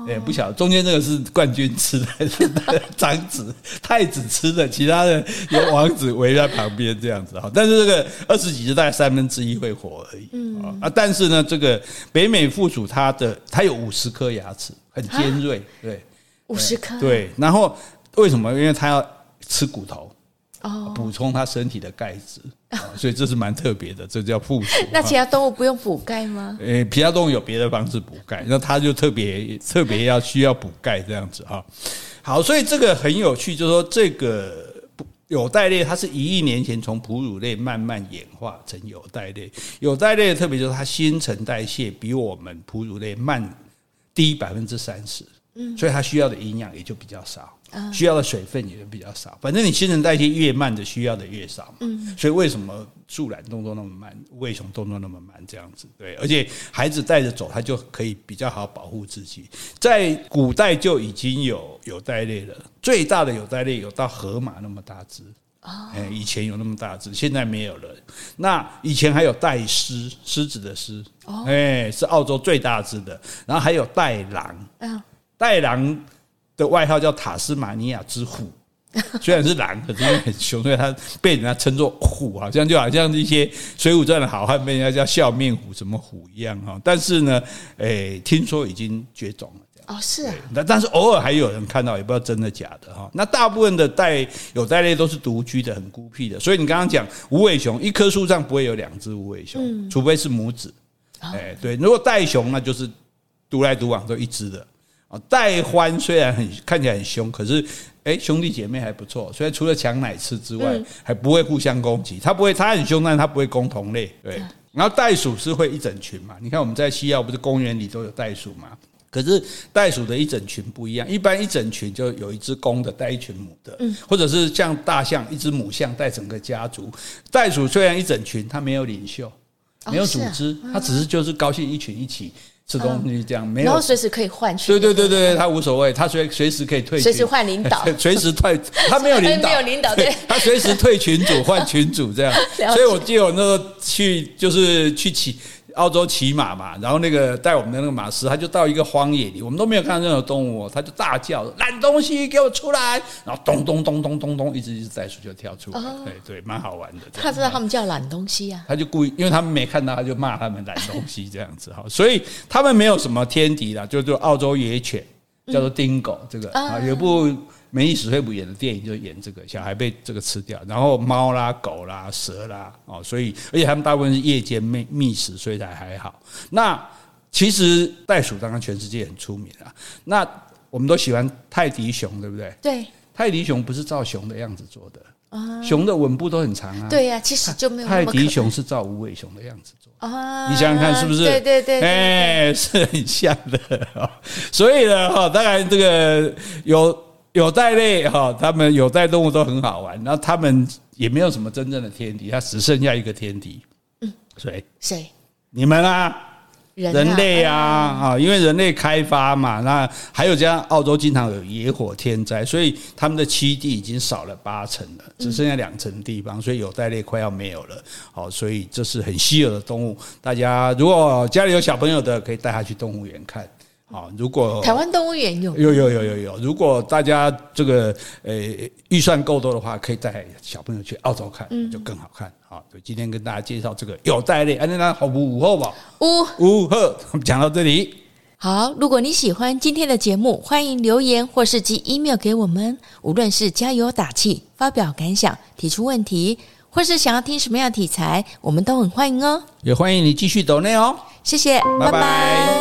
对，不晓得中间这个是冠军吃的，长子、太子吃的，其他的有王子围在旁边这样子哈。但是这个二十几只大概三分之一会活而已。嗯啊，但是呢，这个北美负鼠它的它有五十颗牙齿，很尖锐，对， 五十颗， 对。然后为什么？因为它要吃骨头。 哦， 补充它身体的钙质，所以这是蛮特别的，这叫负鼠。 那其他动物不用补钙吗？ 呃，其他动物有别的方式补钙，那它就特别特别要需要补钙这样子哈。好，所以这个很有趣，就是说这个有袋类它是一亿年前从哺乳类慢慢演化成有袋类。有袋类的特别就是它新陈代谢比我们哺乳类慢低百分之三十，所以它需要的营养也就比较少。需要的水分也比较少，反正你新陈代谢越慢的，需要的越少嘛。嗯，所以为什么树懒动作那么慢，无尾熊动作那么慢这样子？对，而且孩子带着走，他就可以比较好保护自己。在古代就已经有有袋类了，最大的有袋类有到河马那么大只。哦，欸，以前有那么大只，现在没有了。那以前还有袋狮，狮子的狮，哦，欸，是澳洲最大只的。然后还有袋狼，嗯，袋狼的外号叫塔斯马尼亚之虎，虽然是狼，可是因为很凶，所以它被人家称作虎，好像就好像一些《水浒传》的好汉被人家叫笑面虎、什么虎一样哈。但是呢，诶，听说已经绝种了。 哦，是啊， 但是偶尔还有人看到，也不知道真的假的哈。那大部分的袋有袋类都是独居的，很孤僻的。所以你刚刚讲无尾熊，一棵树上不会有两只无尾熊，嗯，除非是母子。哎，对，如果袋熊那就是独来独往，都一只的。袋獾虽然很看起来很凶，可是哎，兄弟姐妹还不错，所以除了抢奶吃之外，嗯，还不会互相攻击。它不会，它很凶，但是它不会攻同类。对，然后袋鼠是会一整群嘛？你看我们在西澳不是公园里都有袋鼠嘛？可是袋鼠的一整群不一样，一般一整群就有一只公的带一群母的，嗯，或者是像大象一只母象带整个家族。袋鼠虽然一整群，它没有领袖，没有组织，哦，它只是就是高兴一群一起吃东西这样，没有， 然后随时可以换群。 对对对对，他无所谓，他随随时可以退群， 随时换领导， 随时退，他没有领导， 没有领导，对， 他随时退群主换群主这样。所以我记得我那时候去就是去骑澳洲骑马嘛，然后那个带我们的那个马师，他就到一个荒野里，我们都没有看到任何动物，他就大叫懒东西给我出来，然后咚咚咚咚咚咚，一只一只袋鼠就跳出来，哦，对对，蛮好玩的。 他知道他们叫懒东西啊， 他就故意，因为他们没看到，他就骂他们懒东西这样子哈，所以他们没有什么天敌啦，就就澳洲野犬叫做丁狗，这个啊有部梅丽史翠普演的电影就演这个小孩被这个吃掉，然后猫啦、狗啦、蛇啦，哦，所以而且他们大部分是夜间觅觅食，所以才还好。那其实袋鼠当然全世界很出名啊。那我们都喜欢泰迪熊，对不对？ 对， 泰迪熊不是照熊的样子做的，啊，熊的吻部都很长啊。 对呀，啊，其实就没有那么可爱。 泰迪熊是照无尾熊的样子做的啊，你想想看是不是？ 对对对， 哎，欸，是很像的。所以呢，哈，当然这个有。有袋类哈，他们有袋动物都很好玩，然后他们也没有什么真正的天敌，它只剩下一个天敌，嗯，谁？ 谁？ 你们啊， 人, 人类啊啊，因为人类开发嘛，那还有加上澳洲经常有野火天灾，所以他们的栖地已经少了八成了，只剩下两成地方，所以有袋类快要没有了。好，所以这是很稀有的动物，大家如果家里有小朋友的，可以带他去动物园看。好，如果台湾动物园有有有有有有，如果大家这个呃预算够多的话，可以带小朋友去澳洲看，嗯，就更好看。好，所以今天跟大家介绍这个有袋类，安那好不午后吧？午午后，我们讲到这里。 好，如果你喜欢今天的节目，欢迎留言或是寄 email 给我们，无论是加油打气、发表感想、提出问题，或是想要听什么样的题材，我们都很欢迎哦。 也欢迎你继续抖内哦。 谢谢，拜拜。